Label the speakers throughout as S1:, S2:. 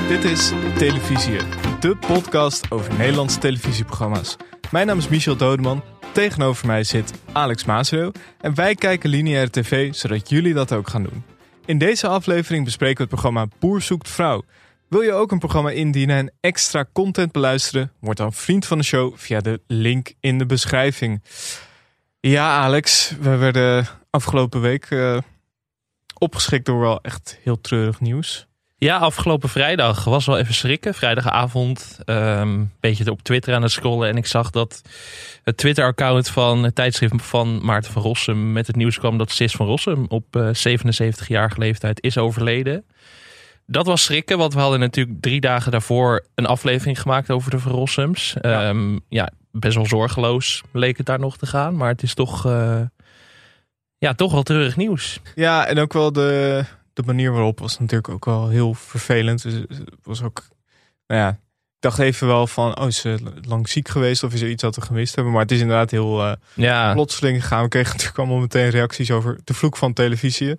S1: Dit is Televisie, de podcast over Nederlandse televisieprogramma's. Mijn naam is Michel Dodeman, tegenover mij zit Alex Maasreel en wij kijken lineaire tv zodat jullie dat ook gaan doen. In deze aflevering bespreken we het programma Boer zoekt vrouw. Wil je ook een programma indienen en extra content beluisteren? Word dan vriend van de show via de link in de beschrijving. Ja, Alex, we werden afgelopen week opgeschrikt door wel echt heel treurig nieuws.
S2: Ja, afgelopen vrijdag was wel even schrikken. Vrijdagavond een beetje op Twitter aan het scrollen. En ik zag dat het Twitter-account van het tijdschrift van Maarten van Rossum met het nieuws kwam dat Sis van Rossum op 77-jarige leeftijd is overleden. Dat was schrikken, want we hadden natuurlijk 3 dagen daarvoor een aflevering gemaakt over de Van Rossums. Best wel zorgeloos leek het daar nog te gaan. Maar het is toch wel treurig nieuws.
S1: Ja, en ook wel de manier waarop was natuurlijk ook wel heel vervelend. Dus het was ook, ik dacht even wel van, is ze lang ziek geweest of is er iets dat we gemist hebben? Maar het is inderdaad heel plotseling gegaan. We kregen natuurlijk allemaal meteen reacties over de vloek van televisie.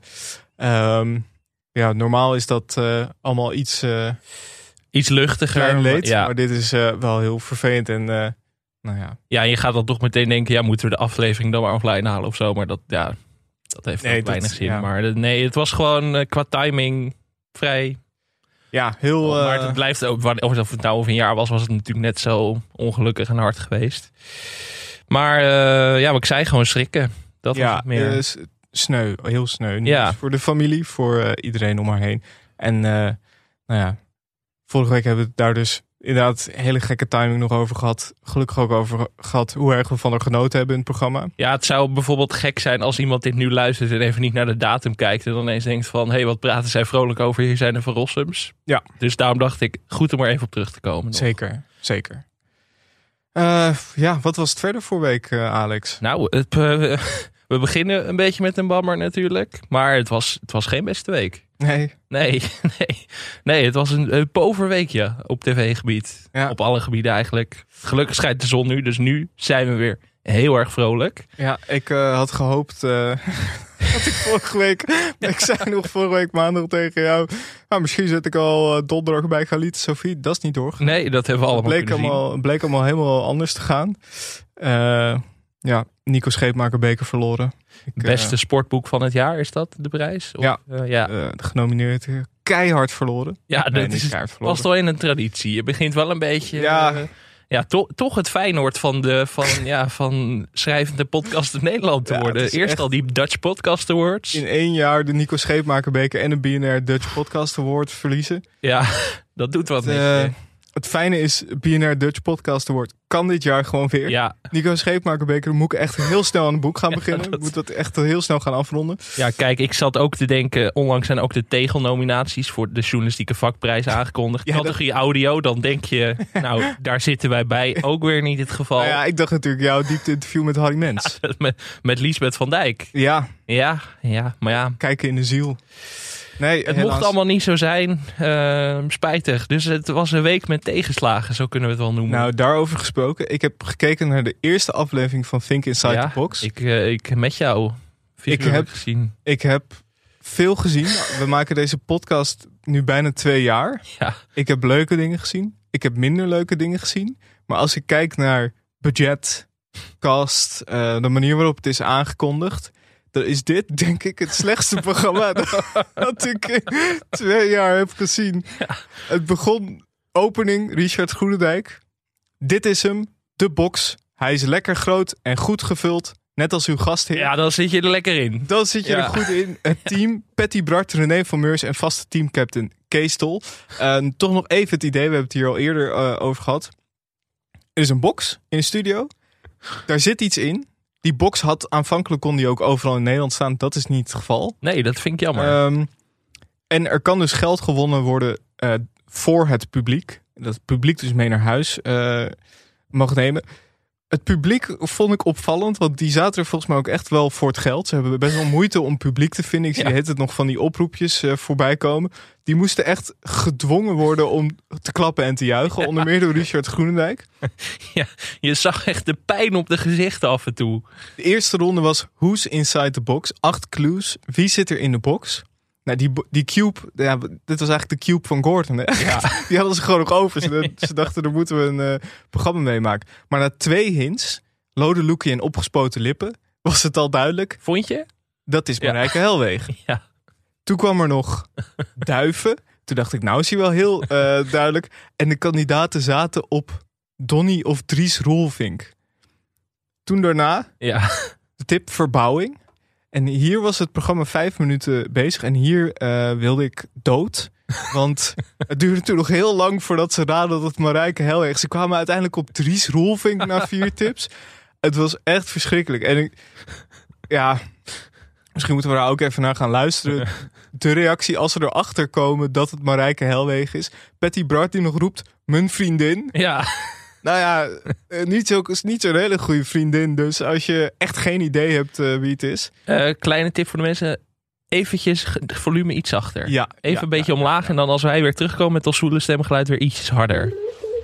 S1: Normaal is dat allemaal iets
S2: luchtiger.
S1: Klein leed, maar dit is wel heel vervelend en
S2: Ja, je gaat dan toch meteen denken, moeten we de aflevering dan maar offline halen of zo? Maar dat heeft weinig zin. Ja. Maar het was gewoon qua timing vrij.
S1: Ja, heel.
S2: Maar het blijft ook, of het nou over een jaar was het natuurlijk net zo ongelukkig en hard geweest. Maar wat ik zei, gewoon schrikken. Dat was het meer.
S1: Sneu, heel sneu. Ja. Voor de familie, voor iedereen om haar heen. En vorige week hebben we het daar dus inderdaad hele gekke timing nog over gehad. Gelukkig ook over gehad hoe erg we van haar genoten hebben in het programma. Ja,
S2: het zou bijvoorbeeld gek zijn als iemand dit nu luistert en even niet naar de datum kijkt en dan ineens denkt van, wat praten zij vrolijk over? Hier zijn de Van Rossums. Ja. Dus daarom dacht ik, goed om er even op terug te komen. Nog.
S1: Zeker. Wat was het verder voor week, Alex?
S2: Nou, we beginnen een beetje met een bammer natuurlijk, maar het was geen beste week. Nee, het was een poverweekje op tv-gebied. Ja. Op alle gebieden eigenlijk. Gelukkig schijnt de zon nu, dus nu zijn we weer heel erg vrolijk.
S1: Ja, ik had gehoopt dat ik vorige week... Ik zei nog vorige week maandag tegen jou... misschien zet ik al donderdag bij Galit Sophie. Dat is niet doorgegaan.
S2: Nee, dat hebben we allemaal kunnen zien.
S1: Het bleek allemaal helemaal anders te gaan. Nico Scheepmaker-beker verloren.
S2: Beste sportboek van het jaar, is dat de prijs?
S1: Genomineerd, keihard verloren.
S2: Ja, dat was toch in een traditie. Je begint wel een beetje... toch het Feyenoord van schrijvende podcast in Nederland te worden. Eerst al die Dutch Podcast Awards.
S1: In 1 jaar de Nico Scheepmaker-beker en de BNR Dutch Podcast Award verliezen.
S2: Ja, dat doet wat met je.
S1: Het fijne is, BNR Dutch Podcast Award kan dit jaar gewoon weer. Ja. Nico Scheepmaker-beker, moet ik echt heel snel aan het boek gaan beginnen. Moet dat echt heel snel gaan afronden.
S2: Ja, kijk, ik zat ook te denken, onlangs zijn ook de tegelnominaties voor de journalistieke vakprijs aangekondigd. Categorie audio, dan denk je, daar zitten wij bij. Ook weer niet het geval.
S1: Ik dacht natuurlijk jouw diepte-interview met Harry Mens.
S2: Met Liesbeth van Dijk.
S1: Ja,
S2: maar ja.
S1: Kijken in de ziel. Nee,
S2: het mocht allemaal niet zo zijn. Spijtig. Dus het was een week met tegenslagen, zo kunnen we het wel noemen.
S1: Nou, daarover gesproken. Ik heb gekeken naar de eerste aflevering van Think Inside the Box.
S2: Ik met jou. Gezien.
S1: Ik heb veel gezien. We maken deze podcast nu bijna 2 jaar. Ja. Ik heb leuke dingen gezien. Ik heb minder leuke dingen gezien. Maar als ik kijk naar budget, cast, de manier waarop het is aangekondigd, dan is dit, denk ik, het slechtste programma dat ik in 2 jaar heb gezien. Ja. Het begon, opening, Richard Groenendijk. Dit is hem, de box. Hij is lekker groot en goed gevuld, net als uw gastheer.
S2: Ja, dan zit je er lekker in.
S1: Dan zit je er goed in. Het team, Patty Bart, René van Meurs en vaste teamcaptain Kees Tol. Toch nog even het idee, we hebben het hier al eerder over gehad. Er is een box in de studio. Daar zit iets in. Die box aanvankelijk kon die ook overal in Nederland staan. Dat is niet het geval.
S2: Nee, dat vind ik jammer.
S1: En er kan dus geld gewonnen worden voor het publiek. Dat het publiek dus mee naar huis mag nemen. Het publiek vond ik opvallend, want die zaten er volgens mij ook echt wel voor het geld. Ze hebben best wel moeite om publiek te vinden. Ik zie het nog van die oproepjes voorbij komen. Die moesten echt gedwongen worden om te klappen en te juichen. Onder meer door Richard Groenendijk.
S2: Ja, je zag echt de pijn op de gezichten af en toe.
S1: De eerste ronde was Who's Inside the Box? 8 clues. Wie zit er in de box? Nou, die Cube, ja, dit was eigenlijk de Cube van Gordon. Hè?
S2: Ja.
S1: Die hadden ze gewoon nog over. Ze dachten, daar moeten we een programma mee maken. Maar na 2 hints, Lode Loekie en opgespoten lippen, was het al duidelijk.
S2: Vond je?
S1: Dat is Marijke Helwegen.
S2: Ja.
S1: Toen kwam er nog duiven. Toen dacht ik, nou is hij wel heel duidelijk. En de kandidaten zaten op Donnie of Dries Roelvink. Toen daarna de tip verbouwing. En hier was het programma 5 minuten bezig. En hier wilde ik dood. Want het duurde toen nog heel lang voordat ze raadden dat het Marijke Helwegen. Ze kwamen uiteindelijk op Dries Roelvink na 4 tips. Het was echt verschrikkelijk. En misschien moeten we daar ook even naar gaan luisteren. De reactie als ze erachter komen dat het Marijke Helwegen is. Patty Bart die nog roept, mijn vriendin.
S2: Ja.
S1: Nou ja, niet zo'n hele goede vriendin. Dus als je echt geen idee hebt wie het is.
S2: Kleine tip voor de mensen. Eventjes het volume iets zachter.
S1: Ja,
S2: Even een beetje omlaag. En dan als wij weer terugkomen met ons zwoele stemgeluid weer ietsjes harder.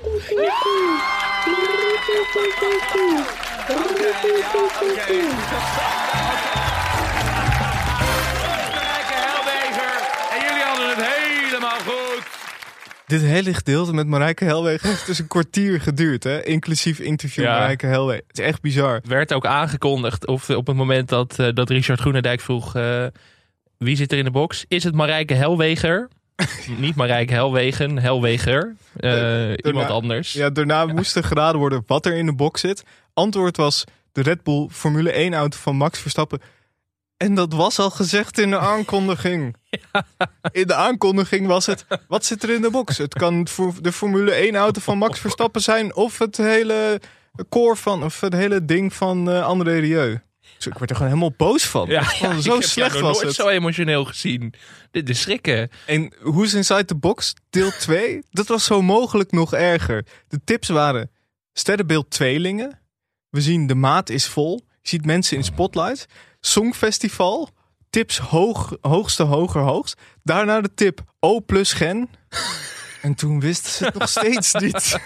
S3: En jullie hadden het helemaal goed.
S1: Dit hele gedeelte met Marijke Helwegen heeft dus een kwartier geduurd. Hè? Inclusief interview Marijke Helwegen. Het is echt bizar.
S2: Werd ook aangekondigd of op het moment dat Richard Groenendijk vroeg... wie zit er in de box? Is het Marijke Helweger? Niet Marijke Helwegen, Helweger. Iemand anders.
S1: Ja, daarna moest er geraden worden wat er in de box zit. Antwoord was de Red Bull Formule 1 auto van Max Verstappen. En dat was al gezegd in de aankondiging. Ja. In de aankondiging was het, wat zit er in de box? Het kan de Formule 1 auto van Max Verstappen zijn of het hele core van, of het hele ding van André Rieu. Dus ik werd er gewoon helemaal boos van.
S2: Ja,
S1: zo slecht was het.
S2: Ik heb zo emotioneel gezien. Dit is schrikken.
S1: En Who's Inside the Box, deel 2, dat was zo mogelijk nog erger. De tips waren sterrenbeeld tweelingen. We zien de maat is vol. Je ziet mensen in spotlight. Songfestival. Tips hoogste, hoogst. Daarna de tip O plus Gen. En toen wisten ze het nog steeds niet.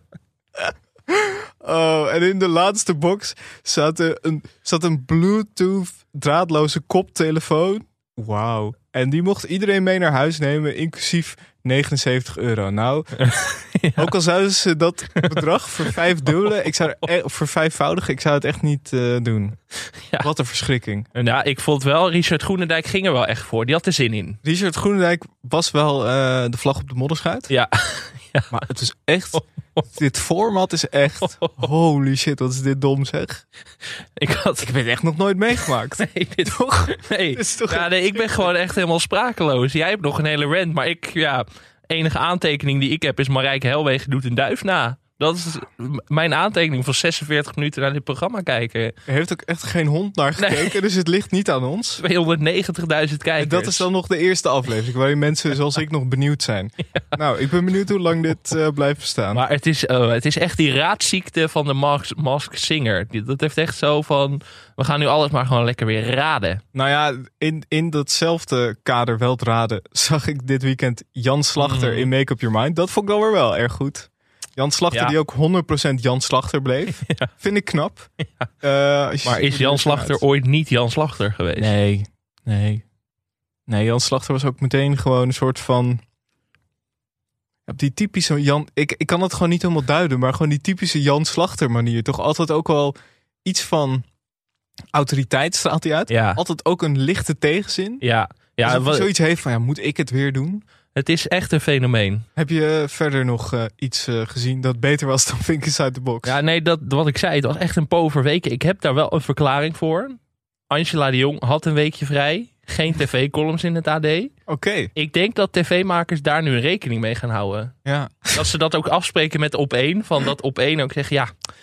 S1: Oh, en in de laatste box zat een Bluetooth draadloze koptelefoon. Wauw. En die mocht iedereen mee naar huis nemen, inclusief €79. Nou, ook al zouden ze dat bedrag voor 5 dubbelen, voor 5voudigen, ik zou het echt niet doen. Ja. Wat een verschrikking.
S2: Ja, ik vond wel, Richard Groenendijk ging er wel echt voor. Die had er zin in.
S1: Richard Groenendijk was wel de vlag op de modderschuit.
S2: Ja.
S1: Ja. Maar het is echt... Dit format is echt... Holy shit, wat is dit dom zeg. Ik heb het echt nog nooit meegemaakt.
S2: Nee, dit toch? Nee. Ik ben gewoon echt helemaal sprakeloos. Jij hebt nog een hele rant, maar enige aantekening die ik heb is Marijke Helwegen doet een duif na. Dat is mijn aantekening van 46 minuten naar dit programma kijken.
S1: Er heeft ook echt geen hond naar gekeken, dus het ligt niet aan ons.
S2: 290.000 kijkers.
S1: En dat is dan nog de eerste aflevering, waarin mensen zoals ik nog benieuwd zijn. Ja. Nou, ik ben benieuwd hoe lang dit blijft bestaan.
S2: Maar het is echt die raadziekte van de Masked Singer. Dat heeft echt zo van, we gaan nu alles maar gewoon lekker weer raden.
S1: Nou ja, in datzelfde kader wel raden, zag ik dit weekend Jan Slachter in Make Up Your Mind. Dat vond ik dan weer wel erg goed. Jan Slachter die ook 100% Jan Slachter bleef. Ja. Vind ik knap. Ja.
S2: Maar is Jan Slachter ooit niet Jan Slachter geweest?
S1: Nee, Jan Slachter was ook meteen gewoon een soort van... Die typische Jan... Ik kan het gewoon niet helemaal duiden, maar gewoon die typische Jan Slachter manier. Toch altijd ook wel iets van autoriteit straalt hij uit. Ja. Altijd ook een lichte tegenzin.
S2: Ja.
S1: Alsof hij zoiets heeft van, moet ik het weer doen?
S2: Het is echt een fenomeen.
S1: Heb je verder nog iets gezien dat beter was dan Think Inside the Box?
S2: Ja, nee, wat ik zei, het was echt een poverweek. Ik heb daar wel een verklaring voor. Angela de Jong had een weekje vrij. Geen tv-columns in het AD.
S1: Oké.
S2: Ik denk dat tv-makers daar nu rekening mee gaan houden.
S1: Ja.
S2: Dat ze dat ook afspreken met Op1. Van dat Op1 ook zegt,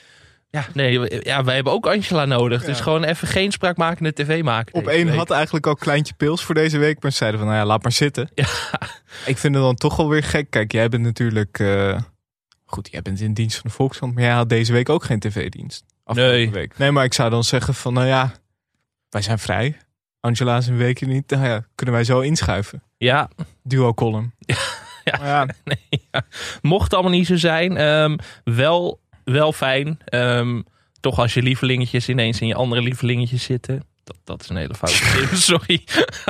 S2: wij hebben ook Angela nodig. Ja. Dus gewoon even geen spraakmakende tv maken.
S1: Op1 had eigenlijk al Kleintje Pils voor deze week. Maar ze zeiden van, laat maar zitten. Ja. Ik vind het dan toch wel weer gek. Kijk, jij bent natuurlijk... jij bent in dienst van de Volkskrant. Maar jij had deze week ook geen tv-dienst. Afgelopen week. Nee, maar ik zou dan zeggen van, wij zijn vrij. Angela is een weekje niet. Kunnen wij zo inschuiven.
S2: Ja.
S1: Duo column.
S2: Ja. Mocht het allemaal niet zo zijn. Wel fijn. Toch als je lievelingetjes ineens in je andere lievelingetjes zitten. Dat is een hele foute. Sorry.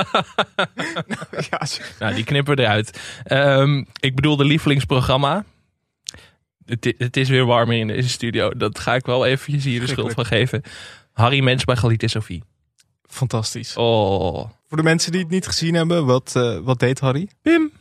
S2: Nou, die knippen we eruit. Ik bedoel de lievelingsprogramma. Het is weer warmer in deze studio. Dat ga ik wel eventjes hier de schuld van geven. Harry Mens bij Galit en Sophie.
S1: Fantastisch.
S2: Oh.
S1: Voor de mensen die het niet gezien hebben, wat deed Harry?
S2: Pim.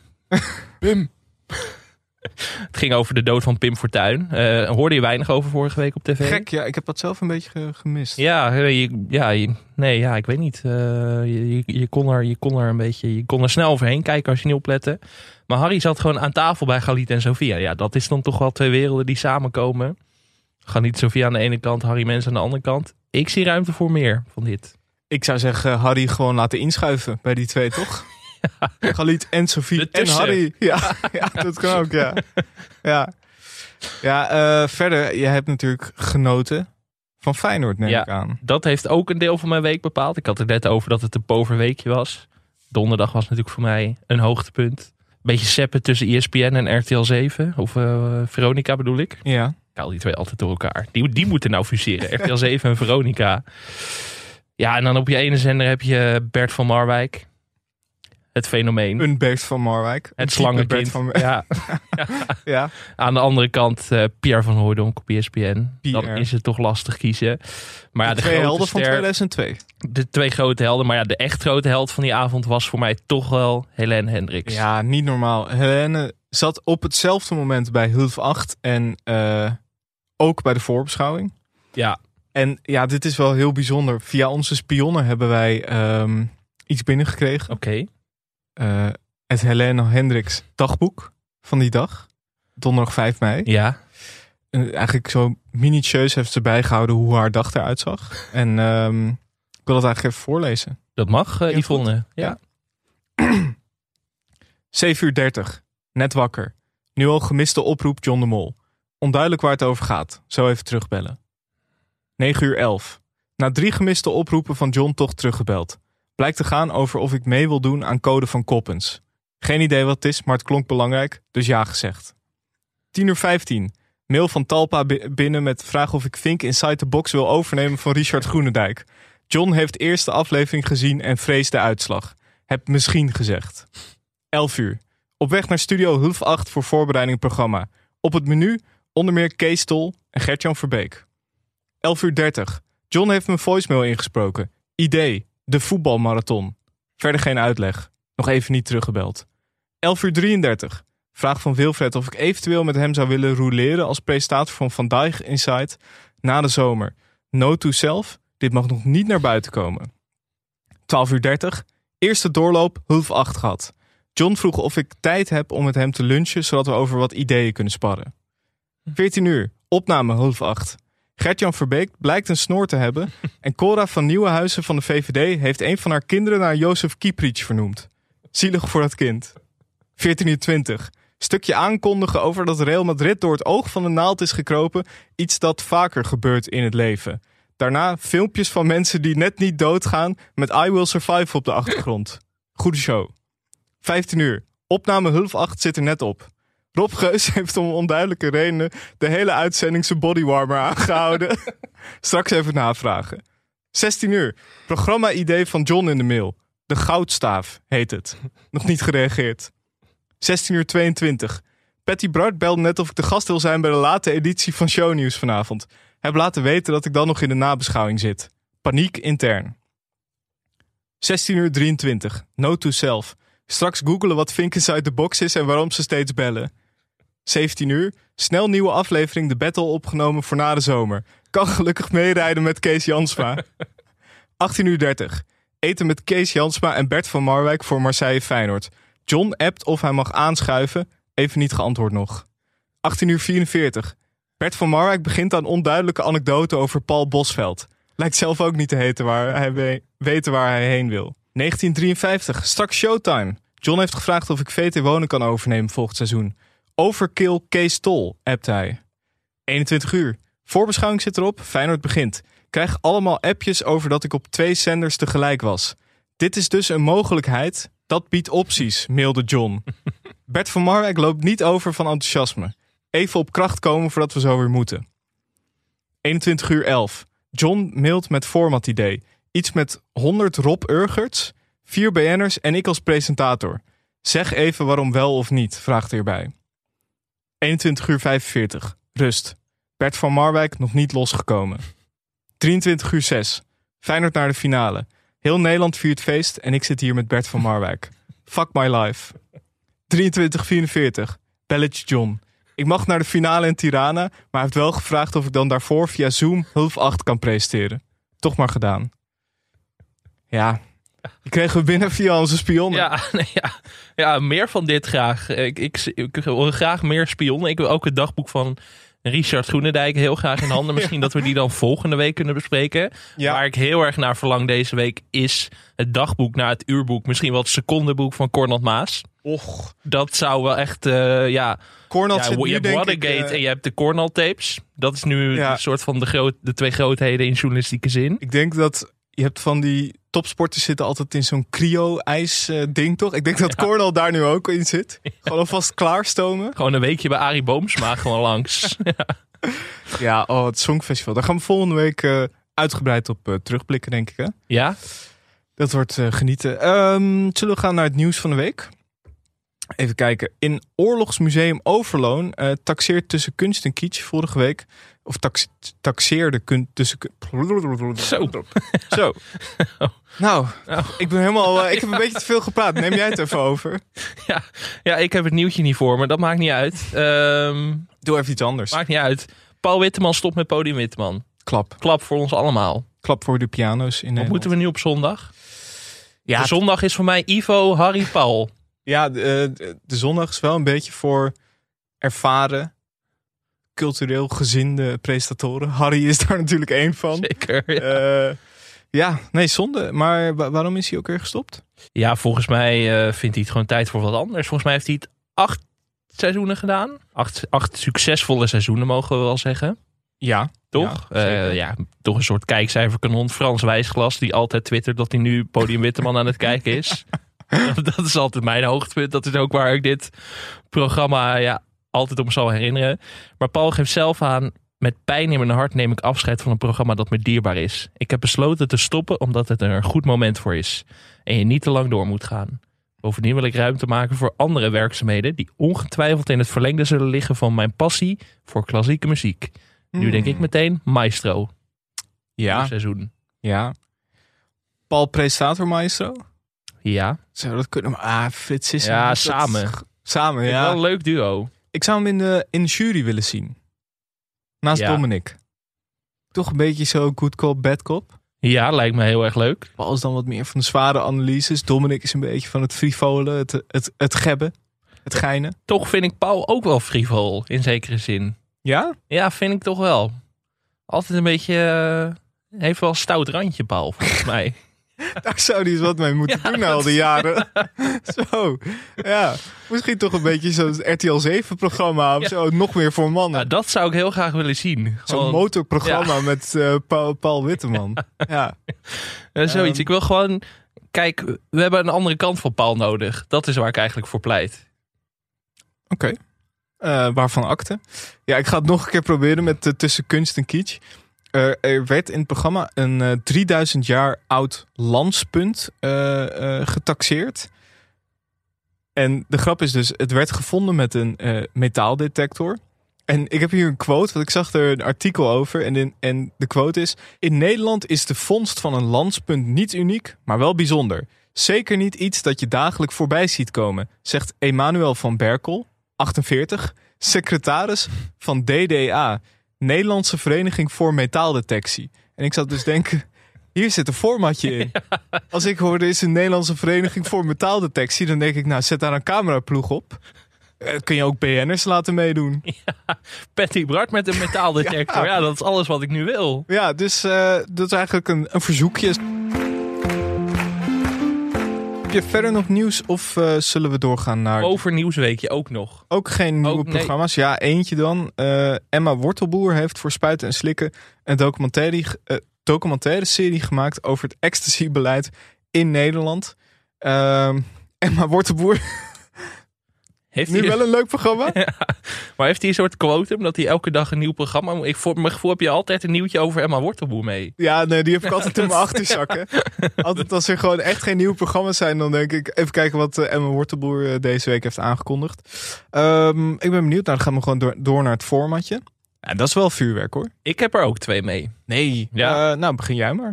S2: Het ging over de dood van Pim Fortuyn. Hoorde je weinig over vorige week op tv?
S1: Gek, ja. Ik heb dat zelf een beetje gemist.
S2: Ja, ik weet niet. Je kon er snel overheen kijken als je niet oplette. Maar Harry zat gewoon aan tafel bij Galit en Sophia. Ja, dat is dan toch wel twee werelden die samenkomen. Galit en Sophia aan de ene kant, Harry Mens aan de andere kant. Ik zie ruimte voor meer van dit.
S1: Ik zou zeggen, Harry gewoon laten inschuiven bij die twee, toch? Ja. Galit en Sophie en Harry. Ja, dat kan ook, ja. Verder, je hebt natuurlijk genoten van Feyenoord, neem ik aan.
S2: Dat heeft ook een deel van mijn week bepaald. Ik had het net over dat het een poverweekje was. Donderdag was natuurlijk voor mij een hoogtepunt. Beetje seppen tussen ESPN en RTL 7. Of Veronica bedoel ik.
S1: Ja.
S2: Ik haal die twee altijd door elkaar. Die moeten nou fuseren. RTL 7 en Veronica. Ja, en dan op je ene zender heb je Bert van Marwijk. Het fenomeen.
S1: Een Bert van Marwijk.
S2: Het slangenkind.
S1: Ja. Ja.
S2: Aan de andere kant Pierre van Hooijdonk op ESPN. Dan is het toch lastig kiezen. Maar ja, de
S1: twee helden
S2: ster,
S1: van 2002.
S2: De twee grote helden. Maar ja, de echt grote held van die avond was voor mij toch wel Helene Hendricks.
S1: Ja, niet normaal. Helene zat op hetzelfde moment bij Hulf 8 en ook bij de voorbeschouwing.
S2: Ja.
S1: En ja, dit is wel heel bijzonder. Via onze spionnen hebben wij iets binnengekregen.
S2: Oké.
S1: Het Helene Hendricks dagboek van die dag. Donderdag 5 mei.
S2: Ja.
S1: Eigenlijk zo minutieus heeft ze bijgehouden hoe haar dag eruit zag. En ik wil dat eigenlijk even voorlezen.
S2: Dat mag, Yvonne. Ja.
S1: 7:30. Net wakker. Nu al gemiste oproep John de Mol. Onduidelijk waar het over gaat. Zo even terugbellen. 9:11. Na 3 gemiste oproepen van John toch teruggebeld. Blijkt te gaan over of ik mee wil doen aan Code van Koppens. Geen idee wat het is, maar het klonk belangrijk, dus ja gezegd. 10:15. Mail van Talpa binnen met vraag of ik Think Inside the Box wil overnemen van Richard Groenendijk. John heeft eerste aflevering gezien en vreest de uitslag. Heb misschien gezegd. 11:00. Op weg naar studio Hulf 8 voor voorbereiding programma. Op het menu onder meer Kees Tol en Gert-Jan Verbeek. 11:30. John heeft mijn voicemail ingesproken. Idee, de voetbalmarathon. Verder geen uitleg. Nog even niet teruggebeld. 11:33. Vraag van Wilfred of ik eventueel met hem zou willen rouleren als presentator van Van Dijk Inside na de zomer. Note to self, dit mag nog niet naar buiten komen. 12:30. Eerste doorloop Hulf 8 gehad. John vroeg of ik tijd heb om met hem te lunchen, zodat we over wat ideeën kunnen sparren. 14:00. Opname Hulf 8. Gert-Jan Verbeek blijkt een snor te hebben en Cora van Nieuwenhuizen van de VVD heeft een van haar kinderen naar Jozef Kieprits vernoemd. Zielig voor dat kind. 14:20. Stukje aankondigen over dat Real Madrid door het oog van de naald is gekropen, iets dat vaker gebeurt in het leven. Daarna filmpjes van mensen die net niet doodgaan met I Will Survive op de achtergrond. Goede show. 15:00. Opname Hulf 8 zit er net op. Rob Geus heeft om onduidelijke redenen de hele uitzending zijn bodywarmer aangehouden. Straks even navragen. 16:00. Programma-idee van John in de mail. De Goudstaaf heet het. Nog niet gereageerd. 16:22. Patty Bart belde net of ik de gast wil zijn bij de late editie van Shownieuws vanavond. Heb laten weten dat ik dan nog in de nabeschouwing zit. Paniek intern. 16:23. Note to self. Straks googelen wat Think Inside the Box is en waarom ze steeds bellen. 17:00. Snel nieuwe aflevering De Battle opgenomen voor na de zomer. Kan gelukkig meerijden met Kees Jansma. 18:30. Eten met Kees Jansma en Bert van Marwijk voor Marseille Feyenoord. John appt of hij mag aanschuiven. Even niet geantwoord nog. 18:44. Bert van Marwijk begint aan onduidelijke anekdote over Paul Bosveld. Lijkt zelf ook niet te weten waar hij heen wil. 1953. Straks showtime. John heeft gevraagd of ik VT Wonen kan overnemen volgend seizoen. Overkill Kees Tol, appt hij. 21:00. Voorbeschouwing zit erop. Feyenoord begint. Krijg allemaal appjes over dat ik op 2 zenders tegelijk was. Dit is dus een mogelijkheid. Dat biedt opties, mailde John. Bert van Marwijk loopt niet over van enthousiasme. Even op kracht komen voordat we zo weer moeten. 21:11. John mailt met formatidee. Iets met 100 Rob Urgerts, 4 BN'ers en ik als presentator. Zeg even waarom wel of niet, vraagt hij erbij. 21:45. Rust. Bert van Marwijk nog niet losgekomen. 23:06. Feyenoord naar de finale. Heel Nederland viert feest en ik zit hier met Bert van Marwijk. Fuck my life. 23:44. Belletje John. Ik mag naar de finale in Tirana, maar hij heeft wel gevraagd of ik dan daarvoor via Zoom 7:30 kan presenteren. Toch maar gedaan. Ja, die kregen we binnen via onze spionnen.
S2: Ja, meer van dit graag. Ik wil graag meer spionnen. Ik wil ook het dagboek van Richard Groenendijk heel graag in handen. Misschien dat we die dan volgende week kunnen bespreken.
S1: Ja.
S2: Waar ik heel erg naar verlang deze week is het dagboek naar het uurboek. Misschien wel het secondeboek van Cornald Maas.
S1: Och.
S2: Dat zou wel echt,
S1: Cornald zit
S2: je
S1: nu,
S2: hebt
S1: denk
S2: Watergate
S1: ik,
S2: en je hebt de Cornald tapes. Dat is nu een soort van de twee grootheden in journalistieke zin.
S1: Ik denk dat je hebt van die topsporters zitten altijd in zo'n cryo-ijs ding, toch? Ik denk dat Cornald daar nu ook in zit. Gewoon alvast klaarstomen.
S2: Gewoon een weekje bij Arie Boomsma gewoon langs.
S1: Ja, het Songfestival. Daar gaan we volgende week uitgebreid op terugblikken, denk ik. Hè?
S2: Ja?
S1: Dat wordt genieten. Zullen we gaan naar het nieuws van de week? Even kijken. In Oorlogsmuseum Overloon taxeert tussen kunst en kitsch vorige week. Of taxeerde tussen... Zo. Nou, ik ben helemaal... ik heb een beetje te veel gepraat. Neem jij het even over?
S2: Ja, ik heb het nieuwtje niet voor me. Dat maakt niet uit.
S1: Doe even iets anders.
S2: Maakt niet uit. Paul Witteman stopt met Podium Witteman. Klap voor ons allemaal.
S1: Klap voor de piano's in Nederland.
S2: Wat moeten we nu op zondag?
S1: Ja,
S2: de zondag is voor mij Ivo, Harry, Paul.
S1: Ja, de zondag is wel een beetje voor ervaren, cultureel gezinde presentatoren. Harry is daar natuurlijk één van.
S2: Zeker.
S1: Nee, zonde. Maar waarom is hij ook weer gestopt?
S2: Ja, volgens mij vindt hij het gewoon tijd voor wat anders. Volgens mij heeft hij het 8 seizoenen gedaan. 8 succesvolle seizoenen, mogen we wel zeggen.
S1: Ja.
S2: Toch?
S1: Ja,
S2: toch een soort kijkcijferkanon. Frans Wijsglas, die altijd twittert dat hij nu Podium Witteman aan het kijken is. Dat is altijd mijn hoogtepunt. Dat is ook waar ik dit programma altijd om zal herinneren. Maar Paul geeft zelf aan: met pijn in mijn hart neem ik afscheid van een programma dat me dierbaar is. Ik heb besloten te stoppen omdat het er een goed moment voor is. En je niet te lang door moet gaan. Bovendien wil ik ruimte maken voor andere werkzaamheden die ongetwijfeld in het verlengde zullen liggen van mijn passie voor klassieke muziek. Nu denk ik meteen Maestro.
S1: Ja.
S2: Seizoen.
S1: Ja. Paul presentator Maestro?
S2: Ja.
S1: Zou dat kunnen? Frits is...
S2: Ja, samen.
S1: Samen, ja.
S2: Wel een leuk duo.
S1: Ik zou hem in de jury willen zien. Naast Dominic. Toch een beetje zo good cop, bad cop.
S2: Ja, lijkt me heel erg leuk.
S1: Paul is dan wat meer van de zware analyses. Dominic is een beetje van het frivolen, het gebben, het geinen.
S2: Toch vind ik Paul ook wel frivol, in zekere zin.
S1: Ja?
S2: Ja, vind ik toch wel. Altijd een beetje... heeft wel een stout randje, Paul, volgens mij.
S1: Daar zou hij eens wat mee moeten doen na al die jaren. Zo, ja. Misschien toch een beetje zo'n RTL 7 programma. Of zo, nog meer voor mannen.
S2: Nou, dat zou ik heel graag willen zien.
S1: Zo'n motorprogramma met Paul Witteman. Ja.
S2: Zoiets. Ik wil gewoon... Kijk, we hebben een andere kant van Paul nodig. Dat is waar ik eigenlijk voor pleit.
S1: Oké. Waarvan akte? Ja, ik ga het nog een keer proberen met tussen kunst en kitsch. Er werd in het programma een 3000 jaar oud lanspunt getaxeerd. En de grap is dus, het werd gevonden met een metaaldetector. En ik heb hier een quote, want ik zag er een artikel over. En de quote is: in Nederland is de vondst van een lanspunt niet uniek, maar wel bijzonder. Zeker niet iets dat je dagelijks voorbij ziet komen, zegt Emanuel van Berkel, 48, secretaris van DDA, Nederlandse Vereniging voor Metaaldetectie. En ik zat dus denken, hier zit een formatje in. Als ik hoorde, is een Nederlandse Vereniging voor Metaaldetectie, dan denk ik, nou, zet daar een cameraploeg op. Kun je ook BN'ers laten meedoen.
S2: Ja, Patty Bart met een metaaldetector. Ja, dat is alles wat ik nu wil.
S1: Ja, dus dat is eigenlijk een verzoekje. Heb je verder nog nieuws of zullen we doorgaan naar...
S2: Over Nieuwsweekje ook nog.
S1: Ook geen nieuwe programma's? Ja, eentje dan. Emma Wortelboer heeft voor Spuiten en Slikken een documentaire serie gemaakt over het ecstasy-beleid in Nederland. Emma Wortelboer...
S2: Heeft
S1: nu wel een leuk programma?
S2: Ja, Maar heeft hij een soort quotum dat hij elke dag een nieuw programma moet? Voor mijn gevoel heb je altijd een nieuwtje over Emma Wortelboer mee.
S1: Ja, nee, die heb ik altijd in mijn achterzak. Hè. Altijd als er gewoon echt geen nieuwe programma's zijn, dan denk ik even kijken wat Emma Wortelboer deze week heeft aangekondigd. Ik ben benieuwd. Nou, dan gaan we gewoon door naar het formatje. Ja, dat is wel vuurwerk, hoor.
S2: Ik heb er ook 2 mee.
S1: Nee.
S2: Ja.
S1: Nou, begin jij maar.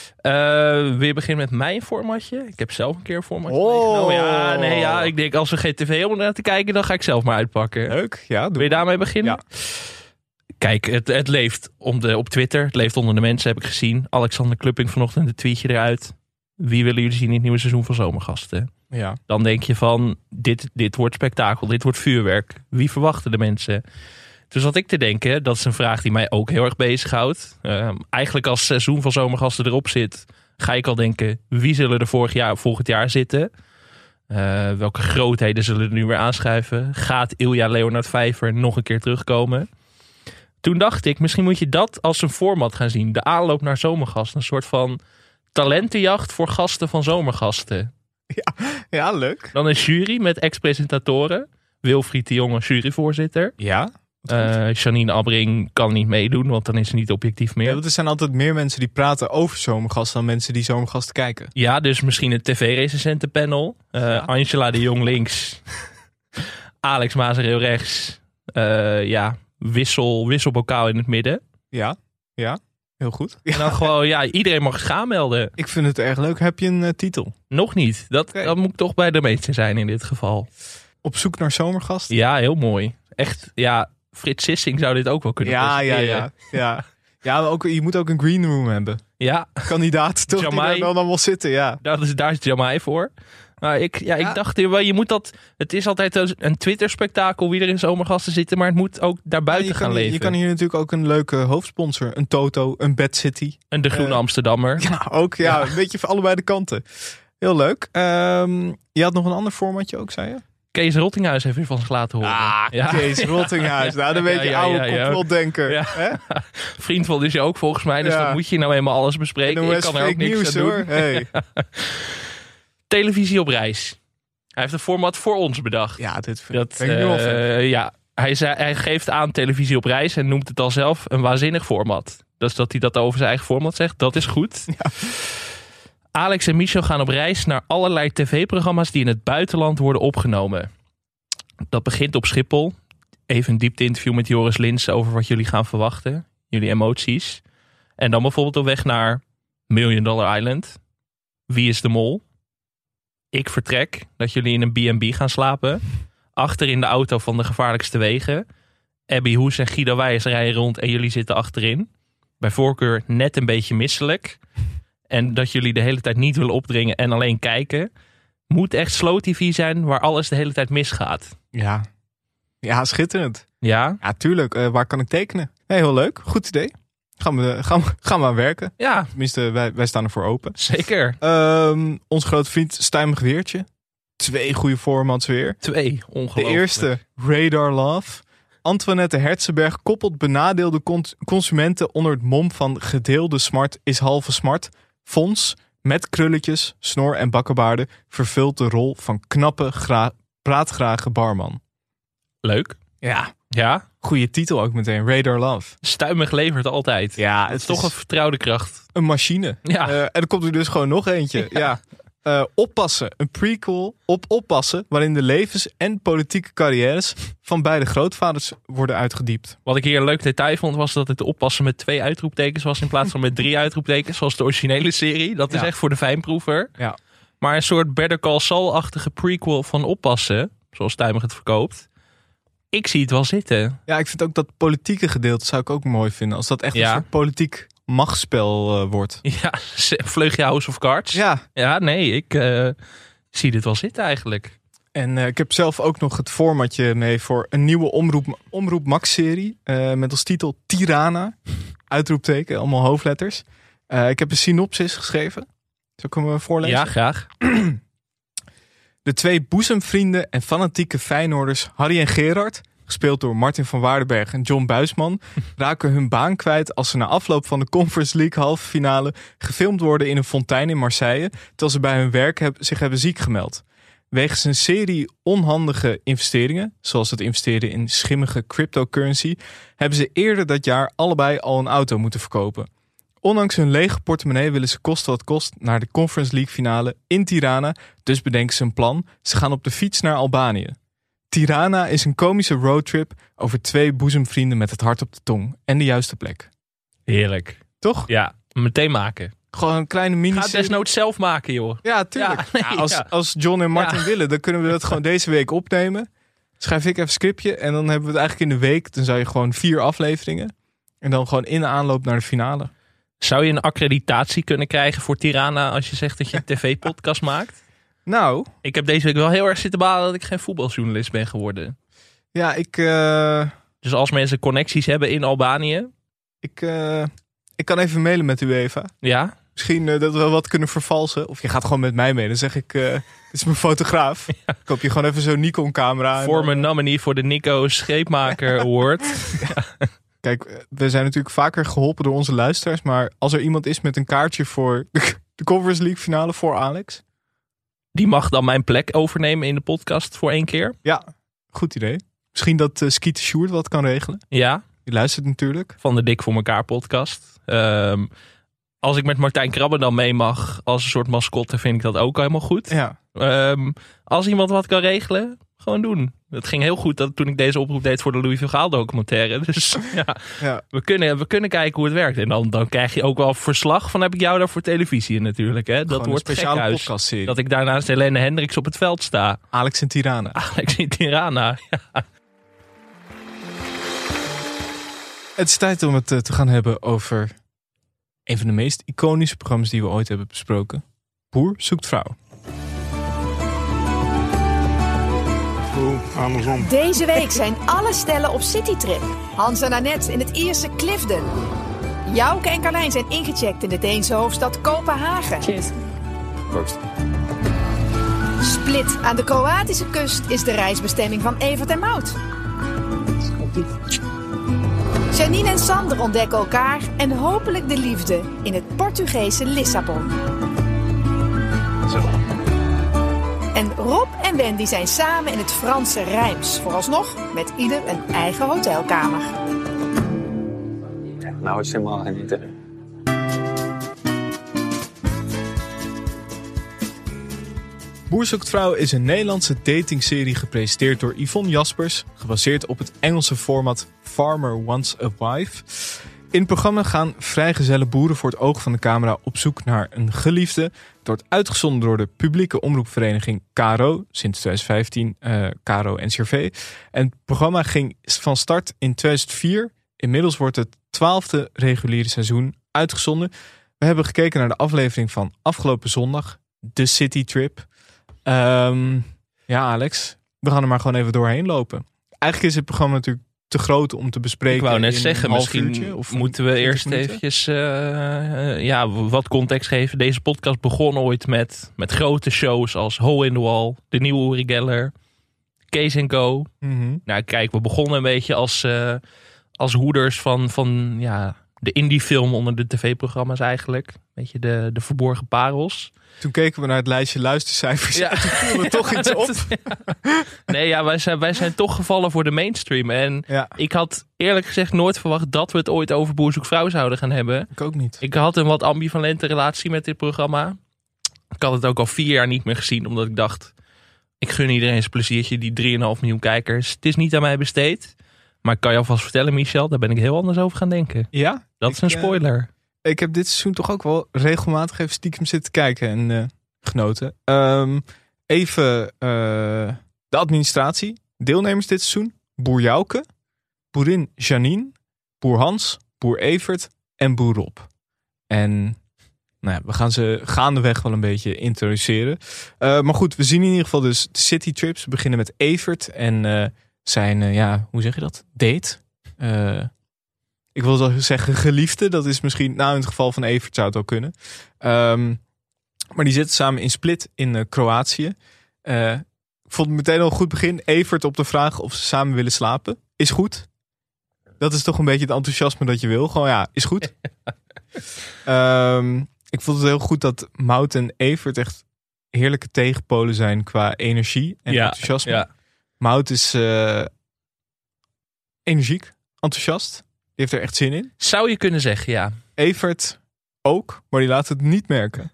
S2: Wil je beginnen met mijn formatje? Ik heb zelf een keer een formatje meegenomen. Ja, ik denk als we geen tv om naar te kijken, dan ga ik zelf maar uitpakken.
S1: Leuk, ja.
S2: Wil je daarmee beginnen?
S1: Ja.
S2: Kijk, het leeft op Twitter. Het leeft onder de mensen, heb ik gezien. Alexander Klupping vanochtend een tweetje eruit. Wie willen jullie zien in het nieuwe seizoen van Zomergasten?
S1: Ja.
S2: Dan denk je van, dit wordt spektakel, dit wordt vuurwerk. Wie verwachten de mensen? Dus zat ik te denken, dat is een vraag die mij ook heel erg bezighoudt. Eigenlijk als het seizoen van Zomergasten erop zit, ga ik al denken, wie zullen er volgend jaar zitten? Welke grootheden zullen er nu weer aanschuiven? Gaat Ilja Leonard Vijver nog een keer terugkomen? Toen dacht ik, misschien moet je dat als een format gaan zien. De aanloop naar Zomergasten. Een soort van talentenjacht voor gasten van Zomergasten.
S1: Ja, leuk.
S2: Dan een jury met ex-presentatoren. Wilfried de Jonge, juryvoorzitter.
S1: Ja.
S2: Janine Abbring kan niet meedoen, want dan is ze niet objectief meer.
S1: Ja, want er zijn altijd meer mensen die praten over Zomergasten dan mensen die Zomergasten kijken.
S2: Ja, dus misschien een tv-recensentenpanel. Angela de Jong links. Alex Mazereel rechts. Wisselbokaal in het midden.
S1: Ja. Heel goed.
S2: En dan gewoon, iedereen mag zich aanmelden.
S1: Ik vind het erg leuk. Heb je een titel?
S2: Nog niet. Dat moet toch bij de meeste zijn in dit geval.
S1: Op zoek naar Zomergasten?
S2: Ja, heel mooi. Echt, Frits Sissing zou dit ook wel kunnen presenteren.
S1: Ja, maar ook, je moet ook een green room hebben.
S2: Ja.
S1: Kandidaten toch die daar dan wel zitten, ja.
S2: Daar is Jamai voor. Maar ik dacht, je moet dat. Het is altijd een Twitter-spektakel wie er in Zomergasten zitten, maar het moet ook daarbuiten gaan leven.
S1: Je kan hier natuurlijk ook een leuke hoofdsponsor, een Toto, een Bad City.
S2: En de Groene Amsterdammer.
S1: Ja, ook. Ja, een beetje van allebei de kanten. Heel leuk. Je had nog een ander formatje ook, zei je?
S2: Kees Rottinghuis heeft weer van zich laten horen.
S1: Kees Rottinghuis. Nou, dan weet je, oude complotdenker.
S2: Ja. Vriend van is je ook volgens mij, dus dan moet je nou eenmaal alles bespreken. Ik kan er ook niks aan doen.
S1: Hey.
S2: Televisie op reis. Hij heeft een format voor ons bedacht.
S1: Ja, dit vind ik nu al vet.
S2: Hij geeft aan televisie op reis en noemt het al zelf een waanzinnig format. Dus dat hij dat over zijn eigen format zegt, dat is goed. Ja. Alex en Michel gaan op reis naar allerlei tv-programma's die in het buitenland worden opgenomen. Dat begint op Schiphol. Even een diepte-interview met Joris Linssen over wat jullie gaan verwachten. Jullie emoties. En dan bijvoorbeeld op weg naar $1 Million Island. Wie is de mol? Ik vertrek. Dat jullie in een B&B gaan slapen. Achter in de auto van de gevaarlijkste wegen. Abby Hoes en Guido Wijers rijden rond en jullie zitten achterin. Bij voorkeur net een beetje misselijk. En dat jullie de hele tijd niet willen opdringen en alleen kijken. Moet echt slow TV zijn waar alles de hele tijd misgaat.
S1: Ja, schitterend.
S2: Ja?
S1: Ja, tuurlijk. Waar kan ik tekenen? Nee, heel leuk. Goed idee. Gaan we aan werken.
S2: Ja.
S1: Tenminste, wij staan ervoor open.
S2: Zeker.
S1: Onze grote vriend Stijmig Weertje. 2 goede formats weer.
S2: 2, ongelooflijk.
S1: De eerste, Radar Love. Antoinette Herzenberg koppelt benadeelde consumenten onder het mom van gedeelde smart is halve smart. Fons, met krulletjes, snor en bakkenbaarden, vervult de rol van knappe, praatgrage barman.
S2: Leuk. Ja.
S1: Goeie titel ook meteen, Radar Love.
S2: Stuimig levert altijd.
S1: Ja,
S2: het is toch een vertrouwde kracht.
S1: Een machine.
S2: Ja.
S1: En er komt er dus gewoon nog eentje. Ja. Oppassen, een prequel op Oppassen, waarin de levens- en politieke carrières van beide grootvaders worden uitgediept.
S2: Wat ik hier een leuk detail vond, was dat het Oppassen met 2 uitroeptekens was in plaats van met 3 uitroeptekens, zoals de originele serie. Dat is echt voor de fijnproever.
S1: Ja.
S2: Maar een soort Better Call Saul-achtige prequel van Oppassen, zoals Tuimig het verkoopt. Ik zie het wel zitten.
S1: Ja, ik vind ook dat politieke gedeelte zou ik ook mooi vinden. Als dat echt een soort politiek machtsspel wordt.
S2: Ja, vleugje House of Cards. Ja, nee, ik zie dit wel zitten eigenlijk.
S1: En ik heb zelf ook nog het formatje mee voor een nieuwe Omroep Max-serie. Met als titel Tirana. Uitroepteken, allemaal hoofdletters. Ik heb een synopsis geschreven. Zal ik hem voorlezen?
S2: Ja, graag.
S1: De 2 boezemvrienden en fanatieke Feyenoorders Harry en Gerard, gespeeld door Martin van Waardenberg en John Buisman, raken hun baan kwijt als ze na afloop van de Conference League halve finale gefilmd worden in een fontein in Marseille, terwijl ze bij hun werk zich hebben ziek gemeld. Wegens een serie onhandige investeringen, zoals het investeren in schimmige cryptocurrency, hebben ze eerder dat jaar allebei al een auto moeten verkopen. Ondanks hun lege portemonnee willen ze kosten wat kost naar de Conference League finale in Tirana. Dus bedenken ze een plan. Ze gaan op de fiets naar Albanië. Tirana is een komische roadtrip over 2 boezemvrienden met het hart op de tong en de juiste plek.
S2: Heerlijk.
S1: Toch?
S2: Ja, meteen maken.
S1: Gewoon een kleine mini.
S2: Ga het desnoods zelf maken, joh.
S1: Ja, tuurlijk.
S2: Ja, nee,
S1: als John en Martin willen, dan kunnen we dat gewoon deze week opnemen. Schrijf ik even een scriptje en dan hebben we het eigenlijk in de week. Dan zou je gewoon 4 afleveringen. En dan gewoon in de aanloop naar de finale.
S2: Zou je een accreditatie kunnen krijgen voor Tirana als je zegt dat je een tv-podcast maakt?
S1: Nou.
S2: Ik heb deze week wel heel erg zitten balen dat ik geen voetbaljournalist ben geworden.
S1: Ja,
S2: Dus als mensen connecties hebben in Albanië.
S1: Ik kan even mailen met UEFA.
S2: Ja?
S1: Misschien dat we wat kunnen vervalsen. Of je gaat gewoon met mij mee. Dan zeg ik, dit is mijn fotograaf. Ja. Ik koop je gewoon even zo'n Nikon-camera.
S2: Voor mijn nominee voor de Nico Scheepmaker Award.
S1: Ja. Kijk, we zijn natuurlijk vaker geholpen door onze luisteraars. Maar als er iemand is met een kaartje voor de Conference League finale voor Alex.
S2: Die mag dan mijn plek overnemen in de podcast voor 1 keer.
S1: Ja, goed idee. Misschien dat Skeeter Sjoerd wat kan regelen.
S2: Ja.
S1: Die luistert natuurlijk.
S2: Van de Dik voor elkaar podcast. Als ik met Martijn Krabbe dan mee mag als een soort mascotte, vind ik dat ook helemaal goed.
S1: Ja.
S2: Als iemand wat kan regelen, gewoon doen. Het ging heel goed toen ik deze oproep deed voor de Louis van Gaal documentaire. Dus ja. We kunnen kijken hoe het werkt. En dan krijg je ook wel verslag van heb ik jou daar voor televisie natuurlijk. Hè? Dat wordt
S1: een speciale
S2: podcastserie. Dat ik daarnaast Helene Hendricks op het veld sta.
S1: Alex in Tirana.
S2: Alex in Tirana, ja.
S1: Het is tijd om het te gaan hebben over een van de meest iconische programma's die we ooit hebben besproken. Boer zoekt vrouw.
S4: Andersom.
S5: Deze week zijn alle stellen op citytrip. Hans en Annette in het Ierse Clifden. Jouke en Carlijn zijn ingecheckt in de Deense hoofdstad Kopenhagen.
S4: Cheers.
S1: Proost.
S5: Split aan de Kroatische kust is de reisbestemming van Evert en Maud. Janine en Sander ontdekken elkaar en hopelijk de liefde in het Portugese Lissabon.
S1: Zo.
S5: En Rob en Wendy zijn samen in het Franse Reims. Vooralsnog met ieder een eigen hotelkamer.
S6: Nou is helemaal genieten.
S1: Boer zoekt vrouw is een Nederlandse datingserie gepresenteerd door Yvonne Jaspers, gebaseerd op het Engelse format Farmer Wants a Wife. In het programma gaan vrijgezelle boeren voor het oog van de camera op zoek naar een geliefde. Het wordt uitgezonden door de publieke omroepvereniging KRO, sinds 2015 KRO-NCRV. En het programma ging van start in 2004. Inmiddels wordt het 12e reguliere seizoen uitgezonden. We hebben gekeken naar de aflevering van afgelopen zondag, de City Trip. Ja, Alex, we gaan er maar gewoon even doorheen lopen. Eigenlijk is het programma natuurlijk te groot om te bespreken.
S2: Ik wou net zeggen, misschien
S1: uurtje, of
S2: moeten we eerst eventjes wat context geven. Deze podcast begon ooit met grote shows als Hole in the Wall, de nieuwe Uri Geller, Kees & Co.
S1: Mm-hmm.
S2: Nou kijk, we begonnen een beetje als hoeders van de indiefilm onder de tv-programma's eigenlijk. Beetje de verborgen parels.
S1: Toen keken we naar het lijstje luistercijfers. Ja. En toen viel er toch iets op.
S2: Nee, ja, wij zijn toch gevallen voor de mainstream. En ik had eerlijk gezegd nooit verwacht dat we het ooit over Boer zoekt vrouw zouden gaan hebben.
S1: Ik ook niet.
S2: Ik had een wat ambivalente relatie met dit programma. Ik had het ook al 4 jaar niet meer gezien. Omdat ik dacht, ik gun iedereen zijn pleziertje. Die 3,5 miljoen kijkers. Het is niet aan mij besteed. Maar ik kan je alvast vertellen, Michel, daar ben ik heel anders over gaan denken.
S1: Ja?
S2: Dat is een spoiler.
S1: Ik heb dit seizoen toch ook wel regelmatig even stiekem zitten kijken en genoten. Even de administratie. Deelnemers dit seizoen. Boer Jouke, boerin Janine, boer Hans, boer Evert en boer Rob. En nou ja, we gaan ze gaandeweg wel een beetje introduceren. Maar goed, we zien in ieder geval dus de City Trips. We beginnen met Evert en zijn, hoe zeg je dat? Date. Ik wil zo zeggen geliefde. Dat is misschien, in het geval van Evert zou het ook kunnen. Maar die zitten samen in Split in Kroatië. Ik vond het meteen al een goed begin. Evert op de vraag of ze samen willen slapen. Is goed. Dat is toch een beetje het enthousiasme dat je wil. Gewoon is goed. Ik vond het heel goed dat Maud en Evert echt heerlijke tegenpolen zijn qua energie en enthousiasme.
S2: Ja.
S1: Mout is energiek, enthousiast. Die heeft er echt zin in.
S2: Zou je kunnen zeggen, ja.
S1: Evert ook, maar die laat het niet merken.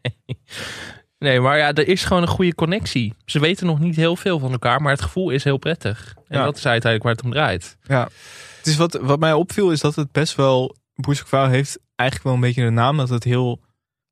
S2: Nee, maar ja, er is gewoon een goede connectie. Ze weten nog niet heel veel van elkaar, maar het gevoel is heel prettig. En dat is uiteindelijk waar het om draait.
S1: Ja. Het is wat mij opviel is dat het best wel... Boer Zoekt Vrouw heeft eigenlijk wel een beetje de naam dat het heel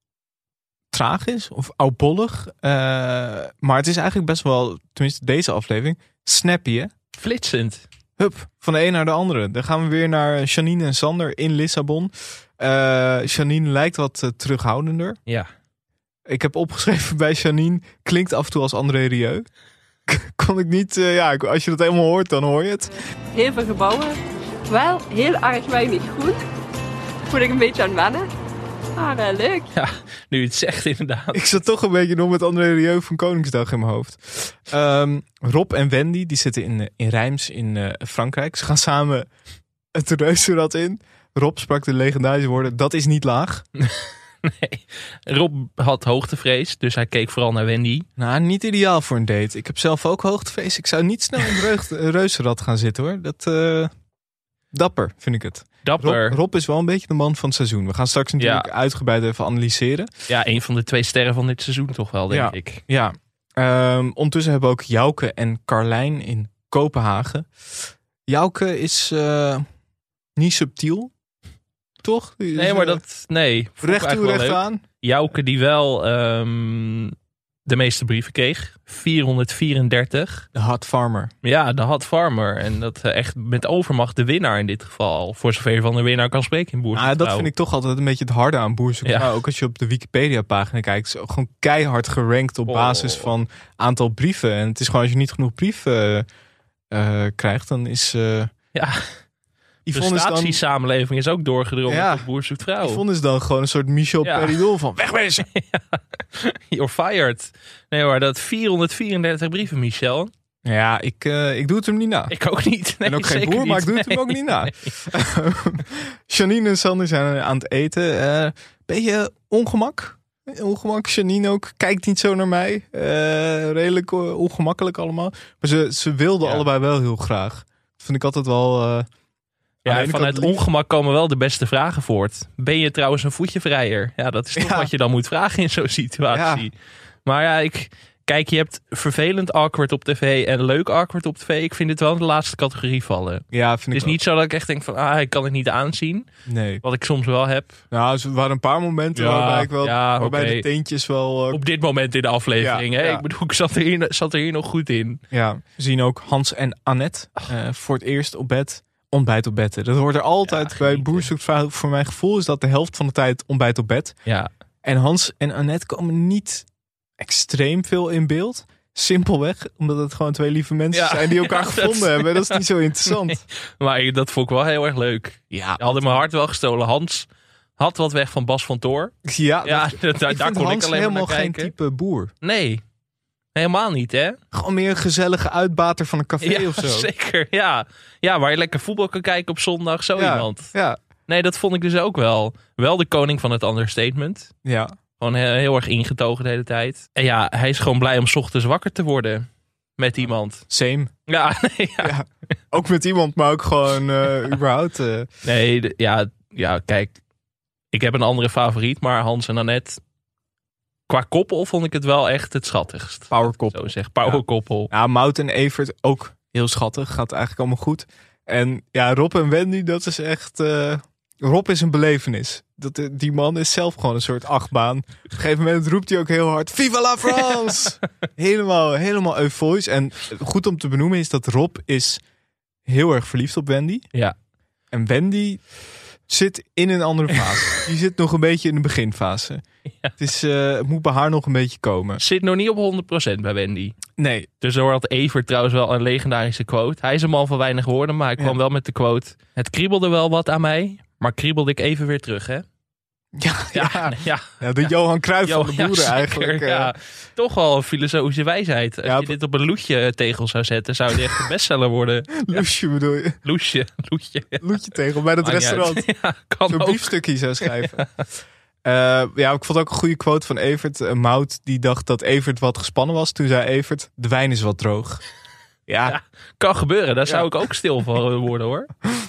S1: traag is. Of oudbollig. Maar het is eigenlijk best wel, tenminste deze aflevering, snappy hè?
S2: Flitsend.
S1: Hup, van de een naar de andere. Dan gaan we weer naar Janine en Sander in Lissabon. Janine lijkt wat terughoudender.
S2: Ja.
S1: Ik heb opgeschreven bij Janine, klinkt af en toe als André Rieu. Kon ik niet, als je dat helemaal hoort, dan hoor je het.
S4: Heel veel gebouwen, wel heel erg weinig groen. Moet ik een beetje aan wennen. Maar leuk.
S2: Ja, nu je het zegt inderdaad.
S1: Ik zat toch een beetje nog met André Rieu van Koningsdag in mijn hoofd. Rob en Wendy, die zitten in Reims in Frankrijk. Ze gaan samen het reuzenrad in. Rob sprak de legendarische woorden, dat is niet laag.
S2: Nee, Rob had hoogtevrees, dus hij keek vooral naar Wendy.
S1: Nou, niet ideaal voor een date. Ik heb zelf ook hoogtevrees. Ik zou niet snel in het reuzenrad gaan zitten hoor. Dat, dapper vind ik het.
S2: Dapper.
S1: Rob is wel een beetje de man van het seizoen. We gaan straks natuurlijk uitgebreid even analyseren.
S2: Ja, een van de 2 sterren van dit seizoen toch wel, denk ik.
S1: Ja. Ondertussen hebben we ook Jouke en Carlijn in Kopenhagen. Jouke is niet subtiel. Toch?
S2: Nee, maar dat... Nee.
S1: Recht toe, recht aan.
S2: Jouke die wel de meeste brieven kreeg. 434.
S1: De Hot Farmer.
S2: Ja, de Hot Farmer. En dat echt met overmacht de winnaar in dit geval. Voor zover je van de winnaar kan spreken in Boer Zoekt Vrouw.
S1: Dat vind ik toch altijd een beetje het harde aan Boer Zoekt Vrouw. Ook als je op de Wikipedia-pagina kijkt. Is ook gewoon keihard gerankt op basis van aantal brieven. En het is gewoon als je niet genoeg brieven krijgt, dan is...
S2: De statiesamenleving is ook doorgedrongen tot Boer Zoekt Vrouw.
S1: Yvonne is dan gewoon een soort Michel Peridot van wegwezen.
S2: You're fired. Nee hoor, dat 434 brieven, Michel.
S1: Ja, ik doe het hem niet na.
S2: Ik ook niet. Nee,
S1: en ook geen boer, maar ik doe het hem ook niet na. Janine en Sander zijn aan het eten. Beetje ongemak. Janine ook. Kijkt niet zo naar mij. Redelijk ongemakkelijk allemaal. Maar ze wilden allebei wel heel graag. Dat vind ik altijd wel...
S2: vanuit ongemak komen wel de beste vragen voort. Ben je trouwens een voetje vrijer? Ja, dat is toch wat je dan moet vragen in zo'n situatie. Ja. Maar je hebt vervelend awkward op tv en leuk awkward op tv. Ik vind dit wel in de laatste categorie vallen. Ja, vind ik. Het is niet zo dat ik echt denk van, ik kan het niet aanzien. Nee. Wat ik soms wel heb.
S1: Nou, er waren een paar momenten waarbij ik wel, waarbij de teentjes wel...
S2: Op dit moment in de aflevering. Hè? Ik bedoel, ik zat er hier nog goed in.
S1: Ja, we zien ook Hans en Annette voor het eerst op bed. Ontbijt op bed. Dat hoort er altijd bij Boer Zoekt Vrouw. Voor mijn gevoel is dat de helft van de tijd ontbijt op bed. Ja. En Hans en Annette komen niet extreem veel in beeld. Simpelweg, omdat het gewoon 2 lieve mensen zijn die elkaar gevonden hebben. Dat is niet zo interessant.
S2: Nee, maar dat vond ik wel heel erg leuk. Ja. Je had mijn hart wel gestolen. Hans had wat weg van Bas van Toor.
S1: Ja,
S2: daar kon
S1: Hans
S2: ik alleen
S1: helemaal
S2: maar naar kijken.
S1: Geen type boer.
S2: Nee. Helemaal niet, hè?
S1: Gewoon meer een gezellige uitbater van een café of zo.
S2: Zeker, ja. Ja, waar je lekker voetbal kan kijken op zondag. Zo iemand.
S1: Ja.
S2: Nee, dat vond ik dus ook wel. Wel de koning van het understatement.
S1: Ja.
S2: Gewoon heel erg ingetogen de hele tijd. En ja, hij is gewoon blij om 's ochtends wakker te worden. Met iemand.
S1: Same.
S2: Ja.
S1: Ook met iemand, maar ook gewoon überhaupt.
S2: Nee, kijk. Ik heb een andere favoriet, maar Hans en Annette... Qua koppel vond ik het wel echt het schattigst.
S1: Powerkoppel.
S2: Zo zeg, powerkoppel.
S1: Ja, Mout en Evert ook heel schattig. Gaat eigenlijk allemaal goed. En ja, Rob en Wendy, dat is echt... Rob is een belevenis. Die man is zelf gewoon een soort achtbaan. Op een gegeven moment roept hij ook heel hard... Viva la France! helemaal euforisch. En goed om te benoemen is dat Rob is heel erg verliefd op Wendy.
S2: Ja.
S1: En Wendy zit in een andere fase. Die zit nog een beetje in de beginfase. Ja. Het moet bij haar nog een beetje komen.
S2: Zit nog niet op 100% bij Wendy.
S1: Nee.
S2: Dus er had Evert trouwens wel een legendarische quote. Hij is een man van weinig woorden, maar hij kwam wel met de quote. Het kriebelde wel wat aan mij, maar kriebelde ik even weer terug, hè?
S1: Ja, de Johan Cruijff van de boeren zeker, eigenlijk.
S2: Ja. Toch wel een filosofische wijsheid. Als je dit op een loesje tegel zou zetten, zou die echt een bestseller worden.
S1: Loesje bedoel je?
S2: Loesje.
S1: Loesje tegel bij dat restaurant.
S2: Ja, kan
S1: zo'n
S2: ook.
S1: biefstukje zou schrijven. Ja, ik vond ook een goede quote van Evert. Mout die dacht dat Evert wat gespannen was. Toen zei Evert, de wijn is wat droog. Ja,
S2: Kan gebeuren, daar zou ik ook stil van worden hoor.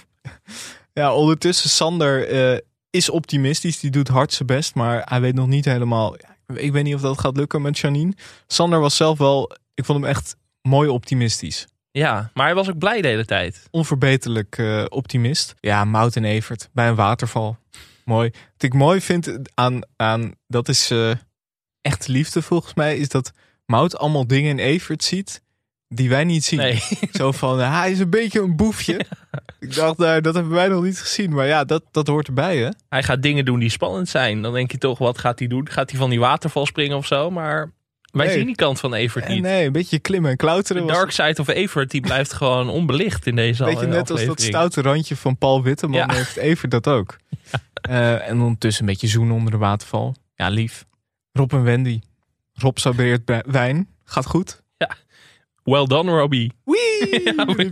S1: Ja, ondertussen Sander is optimistisch. Die doet hard zijn best, maar hij weet nog niet helemaal. Ik weet niet of dat gaat lukken met Janine. Sander was zelf wel, ik vond hem echt mooi optimistisch.
S2: Ja, maar hij was ook blij de hele tijd.
S1: Onverbeterlijk optimist. Ja, Mout en Evert bij een waterval. Mooi. Wat ik mooi vind aan dat is echt liefde volgens mij, is dat Mout allemaal dingen in Evert ziet die wij niet zien.
S2: Nee.
S1: Zo van, hij is een beetje een boefje. Ja. Ik dacht, dat hebben wij nog niet gezien. Maar ja, dat hoort erbij, hè?
S2: Hij gaat dingen doen die spannend zijn. Dan denk je toch, wat gaat hij doen? Gaat hij van die waterval springen of zo? Maar wij zien die kant van Evert niet.
S1: Nee, een beetje klimmen en klauteren.
S2: De dark side of Evert, die blijft gewoon onbelicht in deze aflevering.
S1: Beetje net als dat stoute randje van Paul Witteman heeft Evert dat ook. Ja. En ondertussen een beetje zoenen onder de waterval. Ja, lief. Rob en Wendy. Rob sabeert wijn. Gaat goed.
S2: Ja. Well done, Robbie.
S1: Wee!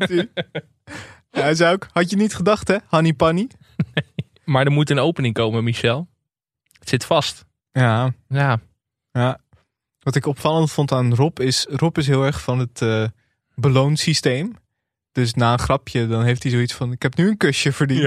S1: Ja, hij zei ook, had je niet gedacht, hè? Honey Panny.
S2: Nee. Maar er moet een opening komen, Michel. Het zit vast.
S1: Ja.
S2: Ja.
S1: Wat ik opvallend vond aan Rob is heel erg van het beloonsysteem. Dus na een grapje, dan heeft hij zoiets van, ik heb nu een kusje verdiend.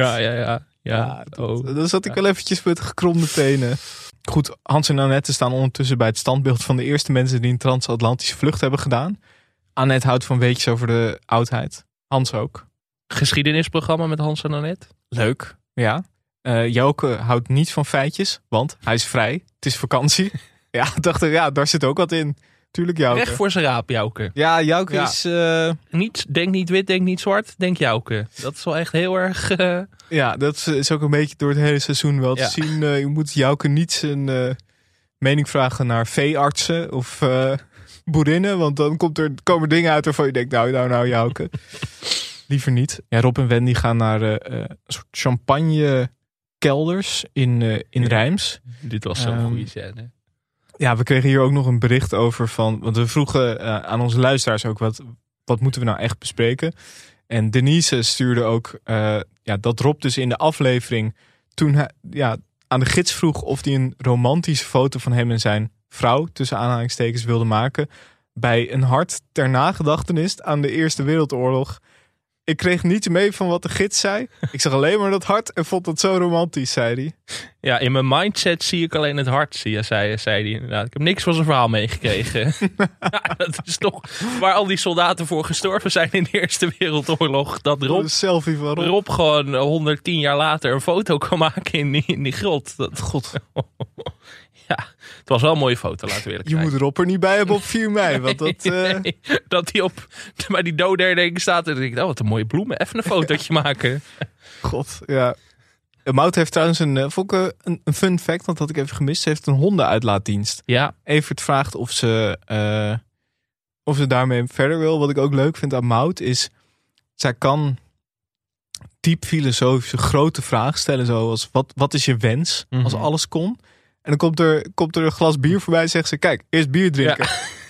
S2: Ja.
S1: Dan zat ik wel eventjes met gekromde tenen. Goed, Hans en Annette staan ondertussen bij het standbeeld van de eerste mensen die een transatlantische vlucht hebben gedaan. Annette houdt van weetjes over de oudheid. Hans ook.
S2: Geschiedenisprogramma met Hans en Annette.
S1: Leuk, ja. Jouke houdt niet van feitjes, want hij is vrij. Het is vakantie. Ja, dacht ik, daar zit ook wat in. Tuurlijk Jouke.
S2: Recht voor zijn raap, Jouke.
S1: Ja, Jouke is...
S2: Denk niet wit, denk niet zwart, denk Jouke. Dat is wel echt heel erg...
S1: Ja, dat is ook een beetje door het hele seizoen wel te zien. Je moet Jouke niet zijn mening vragen naar veeartsen of boerinnen. Want dan komen dingen uit waarvan je denkt, nou Jouke. Liever niet. Ja, Rob en Wendy gaan naar een soort champagne kelders in Reims.
S2: Dit was zo'n goede scène.
S1: Ja, we kregen hier ook nog een bericht over want we vroegen aan onze luisteraars ook wat moeten we nou echt bespreken. En Denise stuurde ook dat Rob dus in de aflevering toen hij aan de gids vroeg of hij een romantische foto van hem en zijn vrouw tussen aanhalingstekens wilde maken bij een hart ter nagedachtenis aan de Eerste Wereldoorlog. Ik kreeg niets mee van wat de gids zei. Ik zag alleen maar dat hart en vond dat zo romantisch, zei hij.
S2: Ja, in mijn mindset zie ik alleen het hart, zei hij inderdaad. Ik heb niks van zijn verhaal meegekregen. Ja, dat is toch waar al die soldaten voor gestorven zijn in de Eerste Wereldoorlog. Dat Rob,
S1: een selfie van
S2: Rob gewoon 110 jaar later een foto kan maken in die grot.
S1: God.
S2: Ja, het was wel een mooie foto, laten we eerlijk zijn.
S1: Je moet Rob er niet bij hebben op 4 mei. Want dat,
S2: nee, dat hij bij die doodherdenking staat en denk ik, wat een mooie bloemen. Even een fotootje maken.
S1: God, ja. Mout heeft trouwens een fun fact, want dat had ik even gemist. Ze heeft een hondenuitlaatdienst.
S2: Ja.
S1: Evert vraagt of ze daarmee verder wil. Wat ik ook leuk vind aan Mout is, zij kan diep filosofische grote vragen stellen. Zoals, wat is je wens als alles kon? En dan komt er een glas bier voorbij en zegt ze, kijk, eerst bier drinken.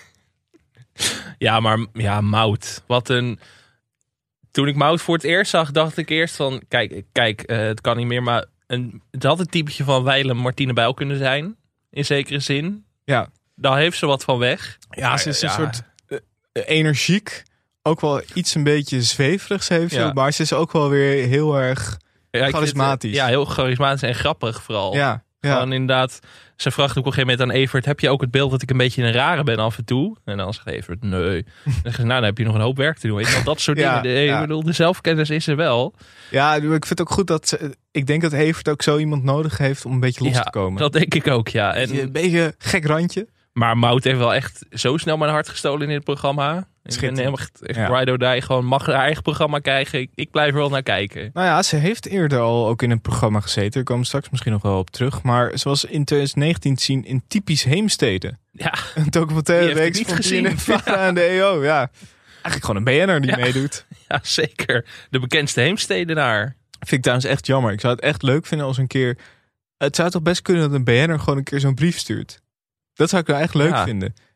S2: Ja, maar Mout. Toen ik Mout voor het eerst zag, dacht ik eerst van, kijk, het kan niet meer, maar het had een typetje van Wijlen Martine Bijl kunnen zijn. In zekere zin.
S1: Ja.
S2: Daar heeft ze wat van weg.
S1: Ja, ze is een soort energiek. Ook wel iets een beetje zweverigs heeft ze. Maar ze is ook wel weer heel erg charismatisch.
S2: Heel charismatisch en grappig vooral.
S1: Ja.
S2: Gewoon inderdaad, ze vraagt op een gegeven moment aan Evert, heb je ook het beeld dat ik een beetje een rare ben af en toe? En dan zegt Evert, nee. Dan zegt ze, dan heb je nog een hoop werk te doen. Weet je wel, dat soort dingen. Ik bedoel, de zelfkennis is er wel. Ja,
S1: ik vind het ook goed dat ik denk dat Evert ook zo iemand nodig heeft om een beetje los te komen.
S2: Dat denk ik ook, ja. En
S1: een beetje gek randje.
S2: Maar Mout heeft wel echt zo snel mijn hart gestolen in dit programma. Ik ben helemaal echt Ride or Die. Gewoon mag haar eigen programma krijgen. Ik blijf er wel naar kijken.
S1: Nou ja, ze heeft eerder al ook in een programma gezeten. Daar komen we straks misschien nog wel op terug. Maar ze was in 2019 te zien in Typisch Heemstede.
S2: Ja.
S1: Een documentaire week van
S2: gezien.
S1: aan de EO. Ja. Eigenlijk gewoon een BN'er die meedoet.
S2: Ja, zeker. De bekendste Heemstedenaar.
S1: Vind ik trouwens echt jammer. Ik zou het echt leuk vinden als een keer... Het zou toch best kunnen dat een BN'er gewoon een keer zo'n brief stuurt. Dat zou ik wel echt leuk vinden.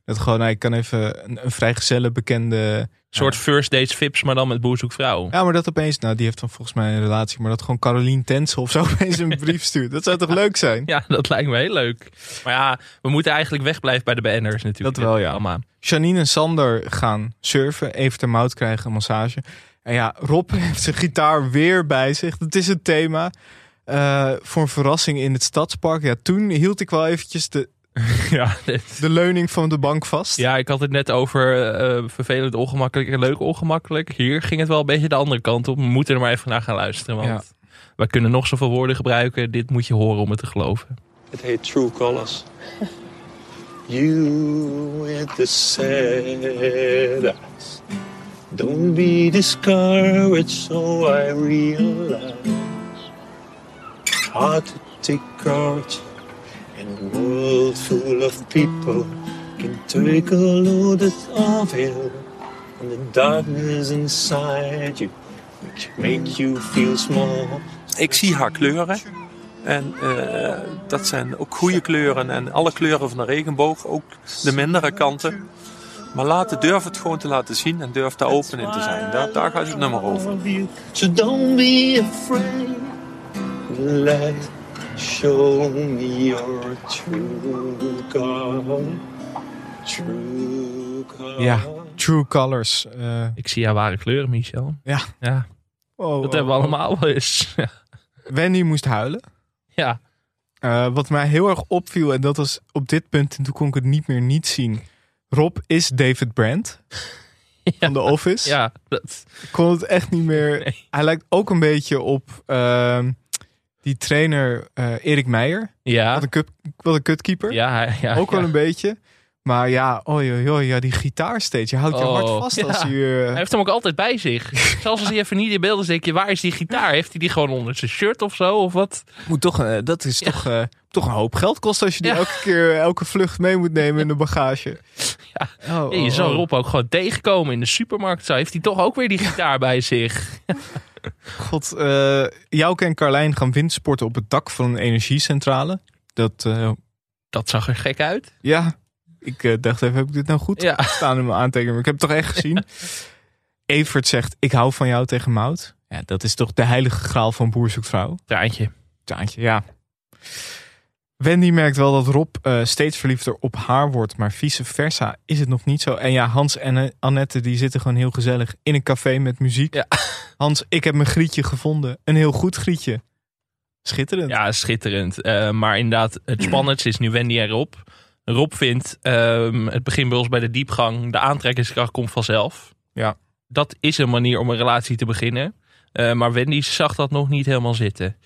S1: Dat gewoon, hij kan even een vrijgezelle bekende...
S2: Een soort first dates Vips, maar dan met Boer zoekt vrouw.
S1: Ja, maar dat opeens... Nou, die heeft dan volgens mij een relatie. Maar dat gewoon Carolien Tense of zo opeens een brief stuurt. Dat zou toch leuk zijn?
S2: Ja, dat lijkt me heel leuk. Maar ja, we moeten eigenlijk wegblijven bij de BN'ers natuurlijk.
S1: Dat wel, ja.
S2: Allemaal.
S1: Janine en Sander gaan surfen. Evert en Maud krijgen een massage. En ja, Rob heeft zijn gitaar weer bij zich. Dat is het thema. Voor een verrassing in het Stadspark. Ja, toen hield ik wel eventjes de leuning van de bank vast.
S2: Ja, ik had het net over vervelend ongemakkelijk en leuk ongemakkelijk. Hier ging het wel een beetje de andere kant op. We moeten er maar even naar gaan luisteren. Want wij kunnen nog zoveel woorden gebruiken. Dit moet je horen om het te geloven.
S6: Het heet True Colors. You with the sad eyes. Don't be discouraged, so I realize. Hard to take courage in a world full of people. Can take a load of it. And the darkness inside you make you feel small. Ik zie haar kleuren. En dat zijn ook goede kleuren. En alle kleuren van de regenboog. Ook de mindere kanten. Maar durf het gewoon te laten zien. En durf daar open in te zijn. Daar gaat het nummer over. So don't be afraid. Let show me your true color. True color.
S1: Ja, True Colors.
S2: Ik zie jouw ware kleuren, Michel.
S1: Ja.
S2: Dat hebben we allemaal wel eens.
S1: Wendy moest huilen.
S2: Ja.
S1: Wat mij heel erg opviel, en dat was op dit punt, en toen kon ik het niet zien. Rob is David Brandt van The Office.
S2: Ja,
S1: ik kon het echt niet meer. Nee. Hij lijkt ook een beetje op die trainer Erik Meijer.
S2: Ja.
S1: Wat een kutkeeper.
S2: Ja,
S1: ook wel een beetje. Maar ja, die gitaar steeds. Je houdt je hart vast als hij...
S2: Hij heeft hem ook altijd bij zich. Zelfs als hij even niet in beeld is, denk je, waar is die gitaar? Heeft hij die gewoon onder zijn shirt of zo? Of wat?
S1: Moet toch, dat is toch een hoop geld kosten als je die elke vlucht mee moet nemen in de bagage.
S2: Ja. Je zou Rob ook gewoon tegenkomen in de supermarkt. Zo heeft hij toch ook weer die gitaar bij zich.
S1: God, Jouke en Carlijn gaan windsporten op het dak van een energiecentrale.
S2: Dat zag er gek uit.
S1: Ja. Ik dacht even, heb ik dit nou goed staan in mijn aantekeningen? Maar ik heb het toch echt gezien. Evert zegt, ik hou van jou tegen Maud. Ja, dat is toch de heilige graal van Boer zoekt vrouw.
S2: Traantje,
S1: ja. Wendy merkt wel dat Rob steeds verliefder op haar wordt. Maar vice versa is het nog niet zo. En ja, Hans en Annette die zitten gewoon heel gezellig in een café met muziek. Ja. Hans, ik heb mijn grietje gevonden. Een heel goed grietje. Schitterend.
S2: Ja, schitterend. Maar inderdaad, het spannendste is nu Wendy en Rob. Rob vindt, het begint bij ons bij de diepgang. De aantrekkingskracht komt vanzelf.
S1: Ja.
S2: Dat is een manier om een relatie te beginnen. Maar Wendy zag dat nog niet helemaal zitten.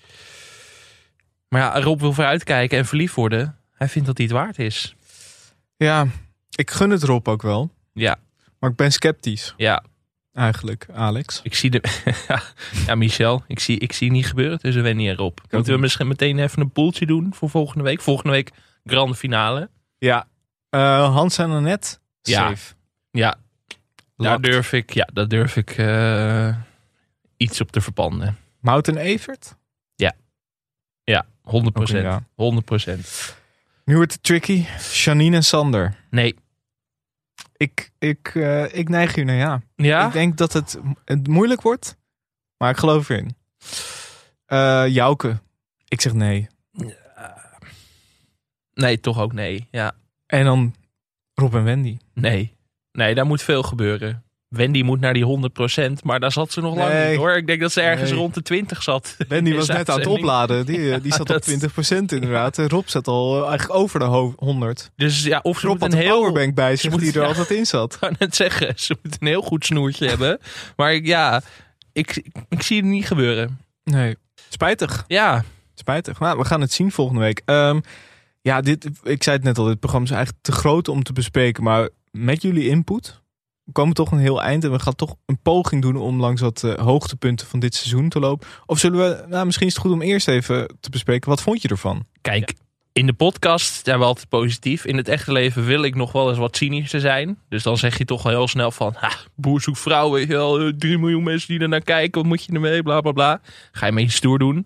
S2: Maar ja, Rob wil vooruitkijken en verliefd worden. Hij vindt dat hij het waard is.
S1: Ja, ik gun het Rob ook wel.
S2: Ja.
S1: Maar ik ben sceptisch.
S2: Ja.
S1: Eigenlijk, Alex.
S2: Ik zie Michel, ik zie niet gebeuren tussen Wendy en Rob. Moeten we misschien meteen even een poeltje doen voor volgende week? Volgende week grande finale.
S1: Ja. Hans en Annette. Safe.
S2: Ja. Daar durf ik iets op te verpanden.
S1: Maud en Evert?
S2: Ja, 100%.
S1: Okay,
S2: 100%.
S1: Nu wordt het tricky. Janine en Sander.
S2: Nee.
S1: Ik neig hier naar ja.
S2: Ja?
S1: Ik denk dat het moeilijk wordt. Maar ik geloof erin. Jouke. Ik zeg nee.
S2: Nee, toch ook nee. Ja.
S1: En dan Rob en Wendy.
S2: Nee, daar moet veel gebeuren. Wendy moet naar die 100%, maar daar zat ze nog lang niet hoor. Ik denk dat ze ergens rond de 20 zat.
S1: Wendy was net aan het opladen. Die zat op 20% inderdaad. Rob zat al eigenlijk over de 100.
S2: Dus ja, of ze
S1: Rob
S2: moet
S1: had een powerbank bij zich die er altijd in zat.
S2: Ik kan net zeggen, ze moet een heel goed snoertje hebben. Maar ik zie het niet gebeuren.
S1: Nee, spijtig.
S2: Ja.
S1: Spijtig. Nou, we gaan het zien volgende week. Ik zei het net al, dit programma is eigenlijk te groot om te bespreken. Maar met jullie input... we komen toch een heel eind en we gaan toch een poging doen om langs wat hoogtepunten van dit seizoen te lopen. Of zullen we, misschien is het goed om eerst even te bespreken, wat vond je ervan?
S2: Kijk, in de podcast zijn we altijd positief. In het echte leven wil ik nog wel eens wat cynischer zijn. Dus dan zeg je toch wel heel snel van, Boer zoekt vrouw, weet je wel, 3 miljoen mensen die er naar kijken, wat moet je ermee, bla bla bla. Ga je een beetje stoer doen.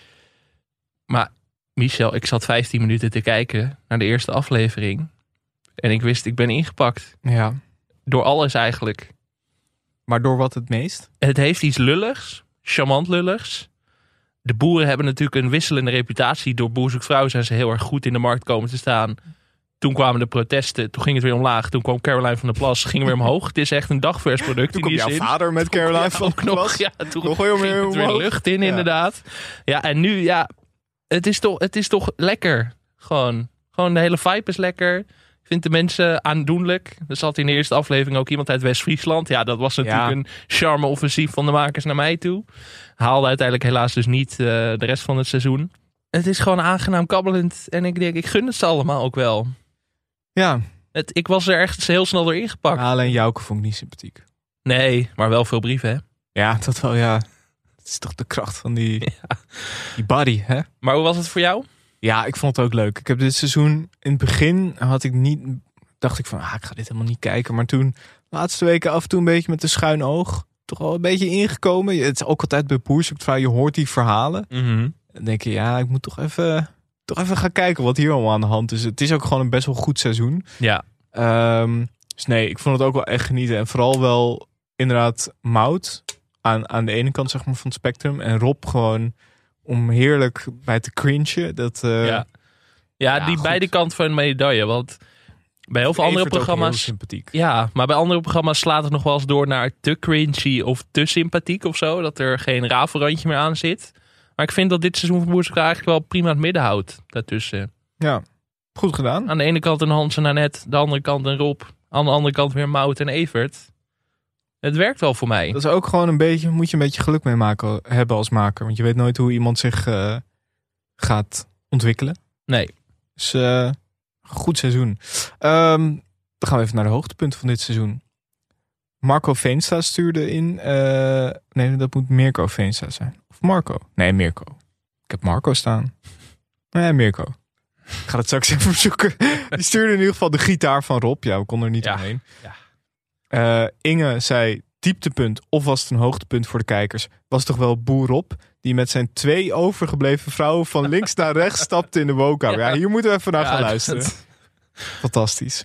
S2: Maar Michel, ik zat 15 minuten te kijken naar de eerste aflevering. En ik wist, ik ben ingepakt.
S1: Ja.
S2: Door alles eigenlijk.
S1: Maar door wat het meest?
S2: Het heeft iets lulligs. Charmant lulligs. De boeren hebben natuurlijk een wisselende reputatie. Door Boer zoekt vrouw zijn ze heel erg goed in de markt komen te staan. Toen kwamen de protesten. Toen ging het weer omlaag. Toen kwam Caroline van der Plas. Ging weer omhoog. Het is echt een dagvers product.
S1: Toen kwam jouw vader met Caroline van der Plas.
S2: Ja, toen
S1: nog weer
S2: ging het weer lucht in, inderdaad. Ja, en nu, ja, het is toch lekker. Gewoon de hele vibe is lekker. Ik vind de mensen aandoenlijk. Er zat in de eerste aflevering ook iemand uit West-Friesland. Ja, dat was natuurlijk een charme-offensief van de makers naar mij toe. Haalde uiteindelijk helaas dus niet de rest van het seizoen. Het is gewoon aangenaam kabbelend. En ik denk, ik gun het ze allemaal ook wel.
S1: Ja.
S2: Ik was er echt heel snel door ingepakt.
S1: Alleen Jouke vond ik niet sympathiek.
S2: Nee, maar wel veel brieven, hè?
S1: Ja, dat wel, ja. Het is toch de kracht van die body, hè?
S2: Maar hoe was het voor jou?
S1: Ja, ik vond het ook leuk. Ik heb dit seizoen, in het begin dacht ik van, ik ga dit helemaal niet kijken. Maar toen, de laatste weken af en toe een beetje met een schuin oog, toch wel een beetje ingekomen. Het is ook altijd bij Boer zoekt vrouw, je hoort die verhalen.
S2: Mm-hmm.
S1: Dan denk je, ik moet toch even gaan kijken wat hier allemaal aan de hand is. Het is ook gewoon een best wel goed seizoen.
S2: Ja.
S1: Dus nee, ik vond het ook wel echt genieten. En vooral wel inderdaad Maud aan de ene kant zeg maar van het spectrum. En Rob gewoon om heerlijk bij te cringen.
S2: Die
S1: goed.
S2: beide kanten van de medaille. Want bij heel veel andere programma's...
S1: sympathiek.
S2: Ja, maar bij andere programma's slaat het nog wel eens door naar te cringy of te sympathiek of zo. Dat er geen rafelrandje meer aan zit. Maar ik vind dat dit seizoen van Boer zoekt vrouw eigenlijk wel prima het midden houdt daartussen.
S1: Ja, goed gedaan.
S2: Aan de ene kant een Hans en Annette, de andere kant een Rob. Aan de andere kant weer Maud en Evert. Het werkt wel voor mij.
S1: Dat is ook gewoon moet je een beetje geluk mee hebben als maker. Want je weet nooit hoe iemand zich gaat ontwikkelen.
S2: Nee.
S1: Dus goed seizoen. Dan gaan we even naar de hoogtepunten van dit seizoen. Marco Veenstra stuurde in. Nee, dat moet Mirko Veenstra zijn. Of Marco? Nee, Mirko. Ik heb Marco staan. Nee, Mirko. Ik ga het straks even zoeken. Die stuurde in ieder geval de gitaar van Rob. Ja, we konden er niet omheen. Ja. Inge zei dieptepunt of was het een hoogtepunt voor de kijkers? Was toch wel Boer Rob die met zijn 2 overgebleven vrouwen van links naar rechts stapte in de woonkamer. Ja, hier moeten we even naar gaan luisteren. Fantastisch.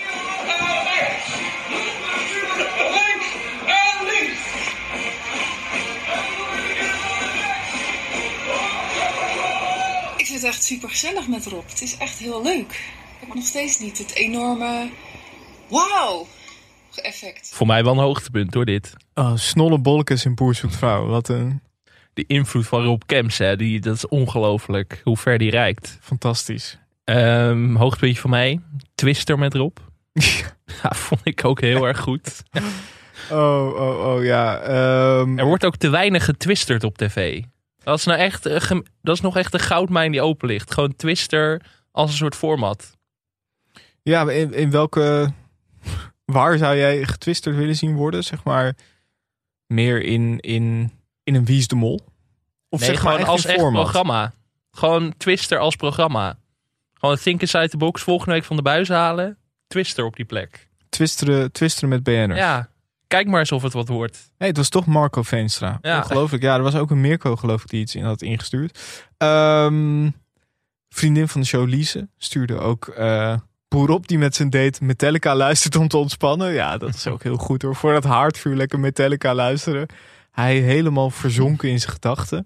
S7: Ik vind het echt super gezellig met Rob. Het is echt heel leuk. Ik heb nog steeds niet het enorme wauw effect.
S2: Voor mij wel een hoogtepunt door dit.
S1: Oh, snolle bolletjes in Boer zoekt vrouw. Wat een...
S2: De invloed van Rob Kemps, hè, dat is ongelooflijk. Hoe ver die reikt.
S1: Fantastisch.
S2: Hoogtepuntje van mij. Twister met Rob. Ja, vond ik ook heel erg goed.
S1: Ja.
S2: Er wordt ook te weinig getwisterd op tv. Dat is, nou echt, dat is nog echt een goudmijn die open ligt. Gewoon Twister als een soort format.
S1: Ja, in welke... Waar zou jij getwisterd willen zien worden? Zeg maar meer in een Wie is de Mol? Of
S2: nee,
S1: zeg maar
S2: gewoon als echt
S1: format?
S2: programma. Gewoon Twister als programma. Gewoon think inside the box. Volgende week van de buis halen. Twister op die plek.
S1: Twisteren met BN'ers.
S2: Ja, kijk maar eens of het wat wordt.
S1: Hey, het was toch Marco Veenstra.
S2: Ja.
S1: Ongelooflijk. Ja, er was ook een Mirko geloof ik die iets in had ingestuurd. Vriendin van de show Lise stuurde ook... Boer op die met zijn date Metallica luistert om te ontspannen. Ja, dat is ook heel goed hoor. Voor dat haardvuur lekker Metallica luisteren. Hij helemaal verzonken in zijn gedachten.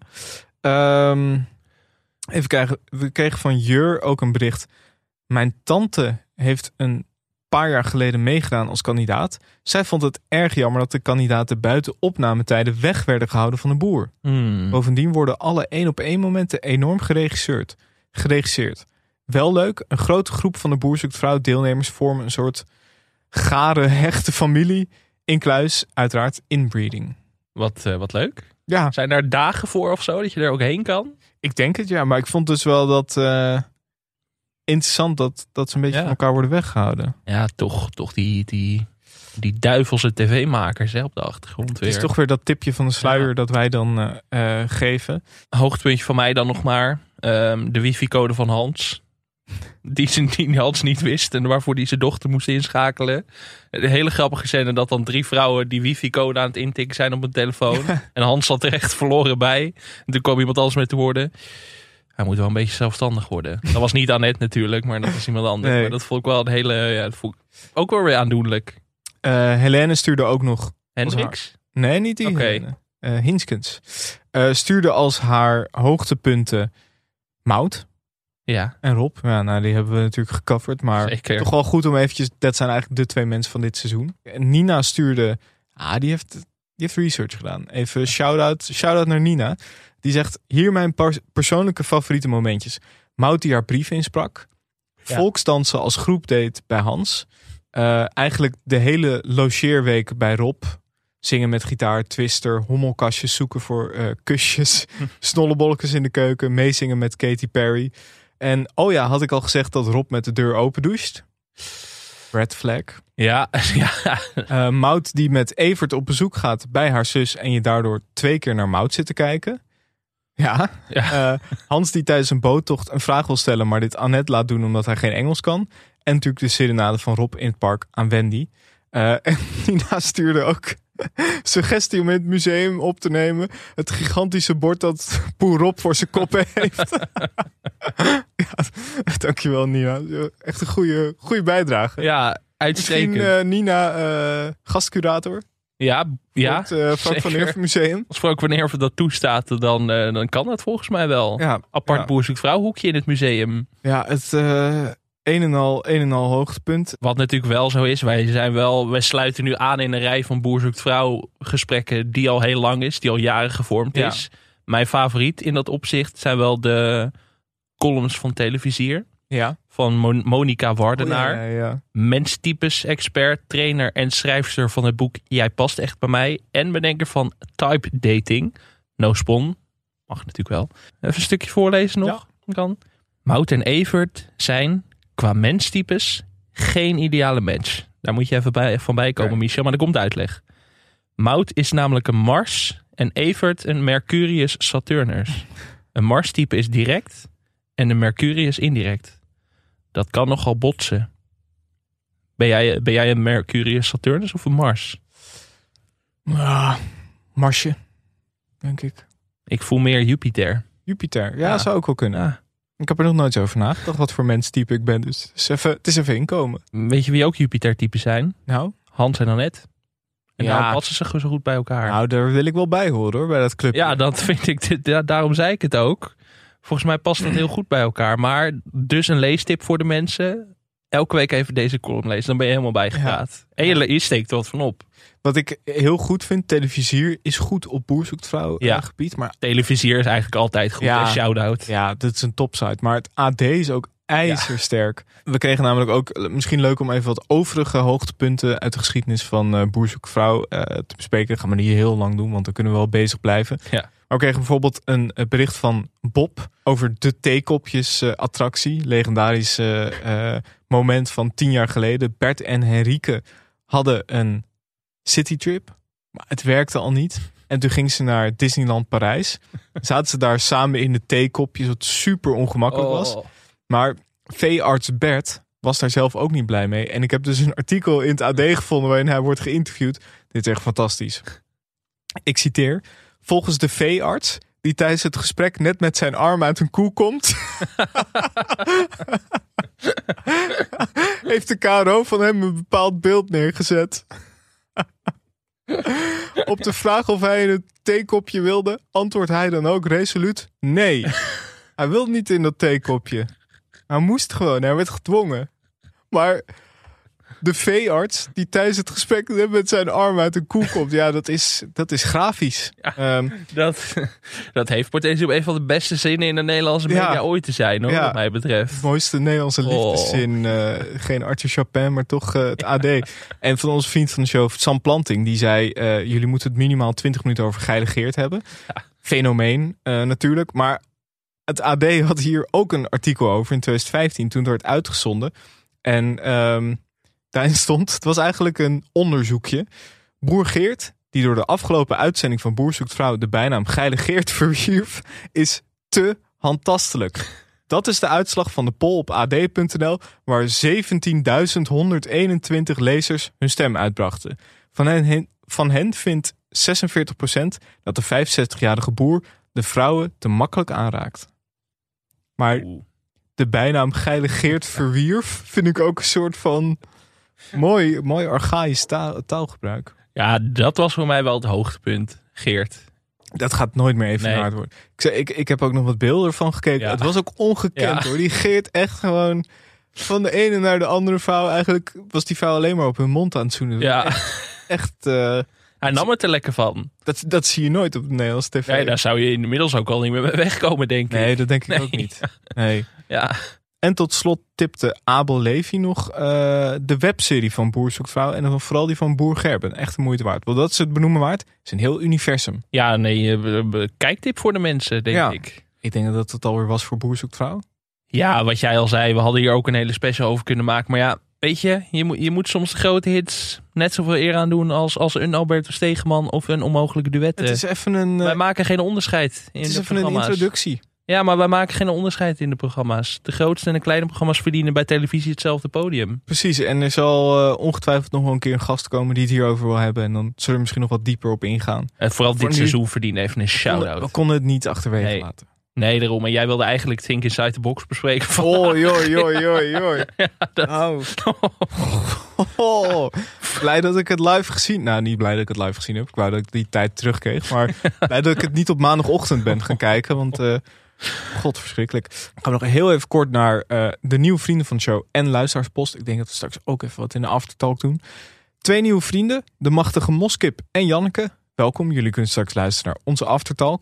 S1: Even kijken. We kregen van Jur ook een bericht. Mijn tante heeft een paar jaar geleden meegedaan als kandidaat. Zij vond het erg jammer dat de kandidaten buiten opnametijden weg werden gehouden van de boer. Bovendien worden alle 1-op-1 momenten enorm geregisseerd. Wel leuk, een grote groep van de Boer zoekt vrouw deelnemers vormen een soort gare, hechte familie. Incluis uiteraard inbreeding.
S2: Wat leuk.
S1: Ja.
S2: Zijn daar dagen voor of zo, dat je er ook heen kan?
S1: Ik denk het, ja. Maar ik vond dus wel dat interessant dat ze een beetje van elkaar worden weggehouden.
S2: Ja, toch die duivelse tv-makers op de achtergrond
S1: Het
S2: weer.
S1: is toch weer dat tipje van de sluier dat wij dan geven.
S2: Hoogtepuntje van mij dan nog maar. De wifi-code van Hans. Die Hans niet wist en waarvoor hij zijn dochter moest inschakelen. Een hele grappige scène dat dan 3 vrouwen die wifi-code aan het intikken zijn op een telefoon. En Hans zat er echt verloren bij. En toen kwam iemand anders met de woorden. Hij moet wel een beetje zelfstandig worden. Dat was niet Annette natuurlijk, maar dat was iemand anders.
S1: Nee.
S2: Maar dat vond ik wel een hele... Ja, dat vond ik ook wel weer aandoenlijk.
S1: Helene stuurde ook nog...
S2: Hendricks?
S1: Nee, niet die.
S2: Oké.
S1: Helene. Hinskens. Stuurde als haar hoogtepunten Maud
S2: Ja,
S1: en Rob. Ja, nou, die hebben we natuurlijk gecoverd. Maar
S2: zeker.
S1: toch wel goed om eventjes... Dat zijn eigenlijk de 2 mensen van dit seizoen. En Nina stuurde... Die heeft research gedaan. Even shout-out naar Nina. Die zegt, hier mijn persoonlijke favoriete momentjes. Maud die haar brief insprak.
S2: Ja.
S1: Volksdansen als groep deed bij Hans. Eigenlijk de hele logeerweek bij Rob. Zingen met gitaar, twister, hommelkastjes zoeken voor kusjes. Snollebolletjes in de keuken. Meezingen met Katy Perry. En had ik al gezegd dat Rob met de deur open doucht. Red flag.
S2: Ja, ja.
S1: Maud die met Evert op bezoek gaat bij haar zus en je daardoor 2 keer naar Maud zit te kijken. Ja. Hans die tijdens een boottocht een vraag wil stellen, maar dit Annette laat doen omdat hij geen Engels kan. En natuurlijk de serenade van Rob in het park aan Wendy. En Nina stuurde ook suggestie om in het museum op te nemen het gigantische bord dat Poe Rob voor zijn kop heeft. Dankjewel Nina. Echt een goede bijdrage.
S2: Ja, uitstekend.
S1: Misschien Nina gastcurator
S2: Ja,
S1: voor het Frank van Eerven Museum.
S2: Als Frank van Eerven dat toestaat, dan kan dat volgens mij wel.
S1: Ja,
S2: Apart
S1: ja.
S2: boer-zoekt-vrouw-hoekje in het museum.
S1: Ja, het een en al hoogtepunt.
S2: Wat natuurlijk wel zo is, wij sluiten nu aan in een rij van boer-zoekt-vrouw gesprekken die al heel lang is, die al jaren gevormd
S1: Ja.
S2: is. Mijn favoriet in dat opzicht zijn wel de columns van Televisier.
S1: Ja.
S2: Van Monica Wardenaar.
S1: Ja.
S2: Menstypes expert, trainer en schrijfster van het boek Jij past echt bij mij. En bedenker van Type Dating. No spon. Mag natuurlijk wel. Even een stukje voorlezen nog. Kan. Maud en Evert zijn qua menstypes geen ideale match. Daar moet je even van bij komen, Michel. Maar er komt uitleg. Maud is namelijk een Mars en Evert een Mercurius Saturnus. Een Mars-type is direct en een Mercurius indirect. Dat kan nogal botsen. Ben jij een Mercurius Saturnus of een Mars?
S1: Marsje, denk ik.
S2: Ik voel meer Jupiter.
S1: Jupiter, ja, zou ook wel kunnen.
S2: Ja.
S1: Ik heb er nog nooit over nagedacht wat voor menstype ik ben. Dus het is even inkomen.
S2: Weet je wie ook Jupiter-typen zijn?
S1: Nou,
S2: Hans en Annette. En
S1: Ja.
S2: nou passen ze zo goed bij elkaar.
S1: nou, daar wil ik wel bij horen hoor, bij dat clubje.
S2: Ja, dat vind ik. Daarom zei ik het ook. Volgens mij past dat heel goed bij elkaar. Maar dus een leestip voor de mensen. Elke week even deze column lezen. Dan ben je helemaal bijgepraat. En je steekt er wat van op.
S1: Wat ik heel goed vind, Televisier is goed op boer-zoekt-vrouw gebied. Maar
S2: Televisier is eigenlijk altijd goed.
S1: Ja.
S2: Shout-out.
S1: ja, dat is een topsite. Maar het AD is ook ijzersterk. We kregen namelijk ook, misschien leuk om even wat overige hoogtepunten uit de geschiedenis van boer-zoekt-vrouw te bespreken. Dat gaan we niet heel lang doen, want dan kunnen we wel bezig blijven.
S2: Ja.
S1: Maar we kregen bijvoorbeeld een bericht van Bob over de theekopjes attractie. Legendarisch moment van 10 jaar geleden. Bert en Henrike hadden een citytrip, maar het werkte al niet. En toen gingen ze naar Disneyland Parijs. Zaten ze daar samen in de theekopjes, wat super ongemakkelijk was. Maar veearts Bert was daar zelf ook niet blij mee. En ik heb dus een artikel in het AD gevonden waarin hij wordt geïnterviewd. Dit is echt fantastisch. Ik citeer. Volgens de veearts, die tijdens het gesprek net met zijn arm uit een koe komt, heeft de KRO van hem een bepaald beeld neergezet. Op de vraag of hij in het theekopje wilde, antwoordt hij dan ook resoluut nee. Hij wilde niet in dat theekopje. Hij moest gewoon, hij werd gedwongen. Maar de veearts die tijdens het gesprek net met zijn arm uit een koe komt, ja, dat is grafisch.
S2: Ja, dat heeft potentie om een van de beste zinnen in de Nederlandse media ooit te zijn, hoor, wat mij betreft.
S1: Het mooiste Nederlandse liefdeszin. Geen Arthur Chapin, maar toch het AD. En van onze vriend van de show, Sam Planting, die zei, jullie moeten het minimaal 20 minuten over Geile Geert hebben. Ja. Fenomeen natuurlijk. Maar het AD had hier ook een artikel over in 2015, toen het werd uitgezonden. En daarin stond, het was eigenlijk een onderzoekje. Boer Geert, die door de afgelopen uitzending van Boer Zoekt Vrouw de bijnaam Geile Geert verwierf, is te handtastelijk. Dat is de uitslag van de poll op ad.nl, waar 17.121 lezers hun stem uitbrachten. Van hen vindt 46% dat de 65-jarige boer de vrouwen te makkelijk aanraakt. Maar de bijnaam Geile Geert verwierf vind ik ook een soort van mooi archaïsch taalgebruik.
S2: Ja, dat was voor mij wel het hoogtepunt, Geert.
S1: Dat gaat nooit meer evenaard worden. Ik heb ook nog wat beelden ervan gekeken.
S2: Ja.
S1: Het was ook ongekend hoor. Die Geert echt gewoon van de ene naar de andere vrouw. Eigenlijk was die vrouw alleen maar op hun mond aan het zoenen.
S2: Ja.
S1: Echt.
S2: Hij nam het er lekker van.
S1: Dat zie je nooit op de Nederlandse tv.
S2: Nee, daar zou je inmiddels ook al niet meer mee wegkomen, denk ik.
S1: Nee, dat denk ik ook niet. Nee.
S2: Ja.
S1: En tot slot tipte Abel Levy nog de webserie van Boer Zoekt Vrouw. En dan vooral die van Boer Gerben. Echt de moeite waard. Want dat is het benoemen waard. Het is een heel universum.
S2: Ja, nee, kijktip voor de mensen, denk ik.
S1: Ik denk dat het alweer was voor Boer Zoekt Vrouw.
S2: Ja, wat jij al zei, we hadden hier ook een hele special over kunnen maken. Maar ja, weet je, je moet soms de grote hits net zoveel eer aan doen als een Alberto Stegeman of een Onmogelijke Duetten.
S1: Het is even
S2: Wij maken geen onderscheid in de programma's.
S1: Het is even een introductie.
S2: Ja, maar wij maken geen onderscheid in de programma's. De grootste en de kleine programma's verdienen bij televisie hetzelfde podium.
S1: Precies, en er zal ongetwijfeld nog wel een keer een gast komen die het hierover wil hebben. En dan zullen we er misschien nog wat dieper op ingaan.
S2: En vooral dit seizoen verdienen even een shout-out.
S1: We konden het niet achterwege laten.
S2: Nee, daarom. En jij wilde eigenlijk Think Inside the Box bespreken.
S1: Joi. Ja, blij dat ik het live gezien. Nou, niet blij dat ik het live gezien heb. Ik wou dat ik die tijd terugkreeg. Maar blij dat ik het niet op maandagochtend ben gaan kijken. Want god, verschrikkelijk. Ik ga nog heel even kort naar de nieuwe vrienden van de show en luisteraarspost. Ik denk dat we straks ook even wat in de aftertalk doen. 2 nieuwe vrienden. De machtige Moskip en Janneke. Welkom. Jullie kunnen straks luisteren naar onze aftertalk.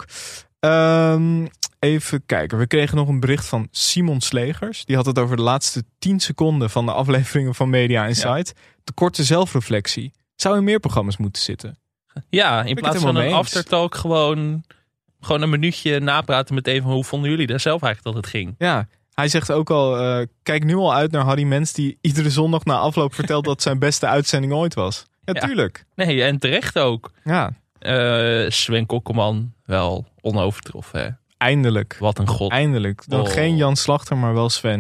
S1: Even kijken. We kregen nog een bericht van Simon Slegers. Die had het over de laatste 10 seconden van de afleveringen van Media Insight. Ja. De korte zelfreflectie. Zou in meer programma's moeten zitten.
S2: Ja, in plaats van een aftertalk gewoon een minuutje napraten met even hoe vonden jullie daar zelf eigenlijk dat het ging.
S1: Ja, hij zegt ook al, kijk nu al uit naar Harry Mens die iedere zondag na afloop vertelt dat het zijn beste uitzending ooit was. Ja, tuurlijk.
S2: Nee, en terecht ook.
S1: Ja.
S2: Sven Kokkelman wel onovertroffen. Hè?
S1: Eindelijk.
S2: Wat een god.
S1: Eindelijk. Dan geen Jan Slachter, maar wel Sven.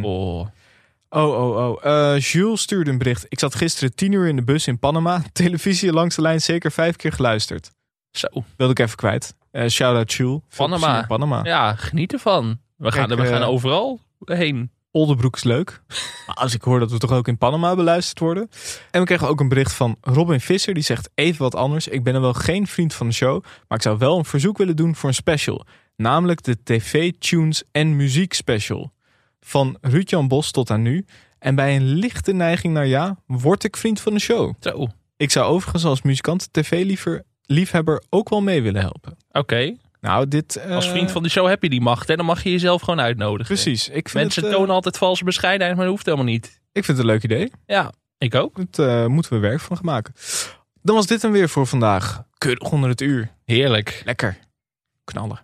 S1: Jules stuurde een bericht. Ik zat gisteren 10 uur in de bus in Panama. Televisie langs de lijn zeker 5 keer geluisterd.
S2: Zo.
S1: Wilde ik even kwijt. Shout-out Jules.
S2: Panama. Ja, geniet ervan. We gaan overal heen.
S1: Oldenbroek is leuk. Maar als ik hoor dat we toch ook in Panama beluisterd worden. En we kregen ook een bericht van Robin Visser. Die zegt even wat anders. Ik ben er wel geen vriend van de show. Maar ik zou wel een verzoek willen doen voor een special. Namelijk de TV Tunes en Muziek Special. Van Ruud-Jan Bos tot aan nu. En bij een lichte neiging naar word ik vriend van de show.
S2: Zo.
S1: Ik zou overigens als muzikant tv-liefhebber ook wel mee willen helpen.
S2: Oké.
S1: Nou,
S2: als vriend van de show heb je die macht. En dan mag je jezelf gewoon uitnodigen.
S1: Precies.
S2: Mensen tonen altijd valse bescheidenheid, maar dat hoeft helemaal niet.
S1: Ik vind het een leuk idee.
S2: Ja, ik ook.
S1: Daar moeten we werk van gaan maken. Dan was dit hem weer voor vandaag. Keurig onder het uur.
S2: Heerlijk.
S1: Lekker. Knallen.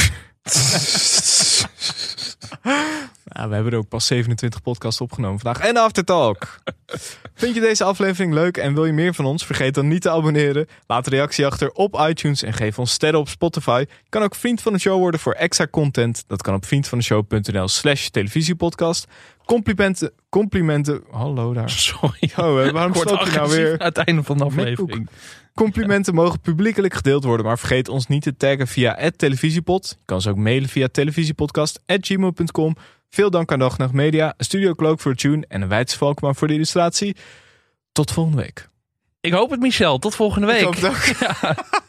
S1: We hebben er ook pas 27 podcasts opgenomen vandaag. En Aftertalk. Vind je deze aflevering leuk en wil je meer van ons? Vergeet dan niet te abonneren. Laat een reactie achter op iTunes en geef ons sterren op Spotify. Je kan ook vriend van de show worden voor extra content. Dat kan op vriendvandeshow.nl/televisiepodcast. Complimenten. Hallo daar.
S2: Sorry.
S1: Waarom stop je nou weer?
S2: Aan het einde van de aflevering.
S1: Complimenten mogen publiekelijk gedeeld worden, maar vergeet ons niet te taggen via @televisiepod. Je kan ze ook mailen via televisiepodcast@gmail.com. Veel dank aan Dag Nacht Media, Studio Cloak voor de tune en een Weidse Valkman voor de illustratie. Tot volgende week.
S2: Ik hoop het, Michel. Tot volgende week.
S1: Ik hoop het ook.
S2: Ja.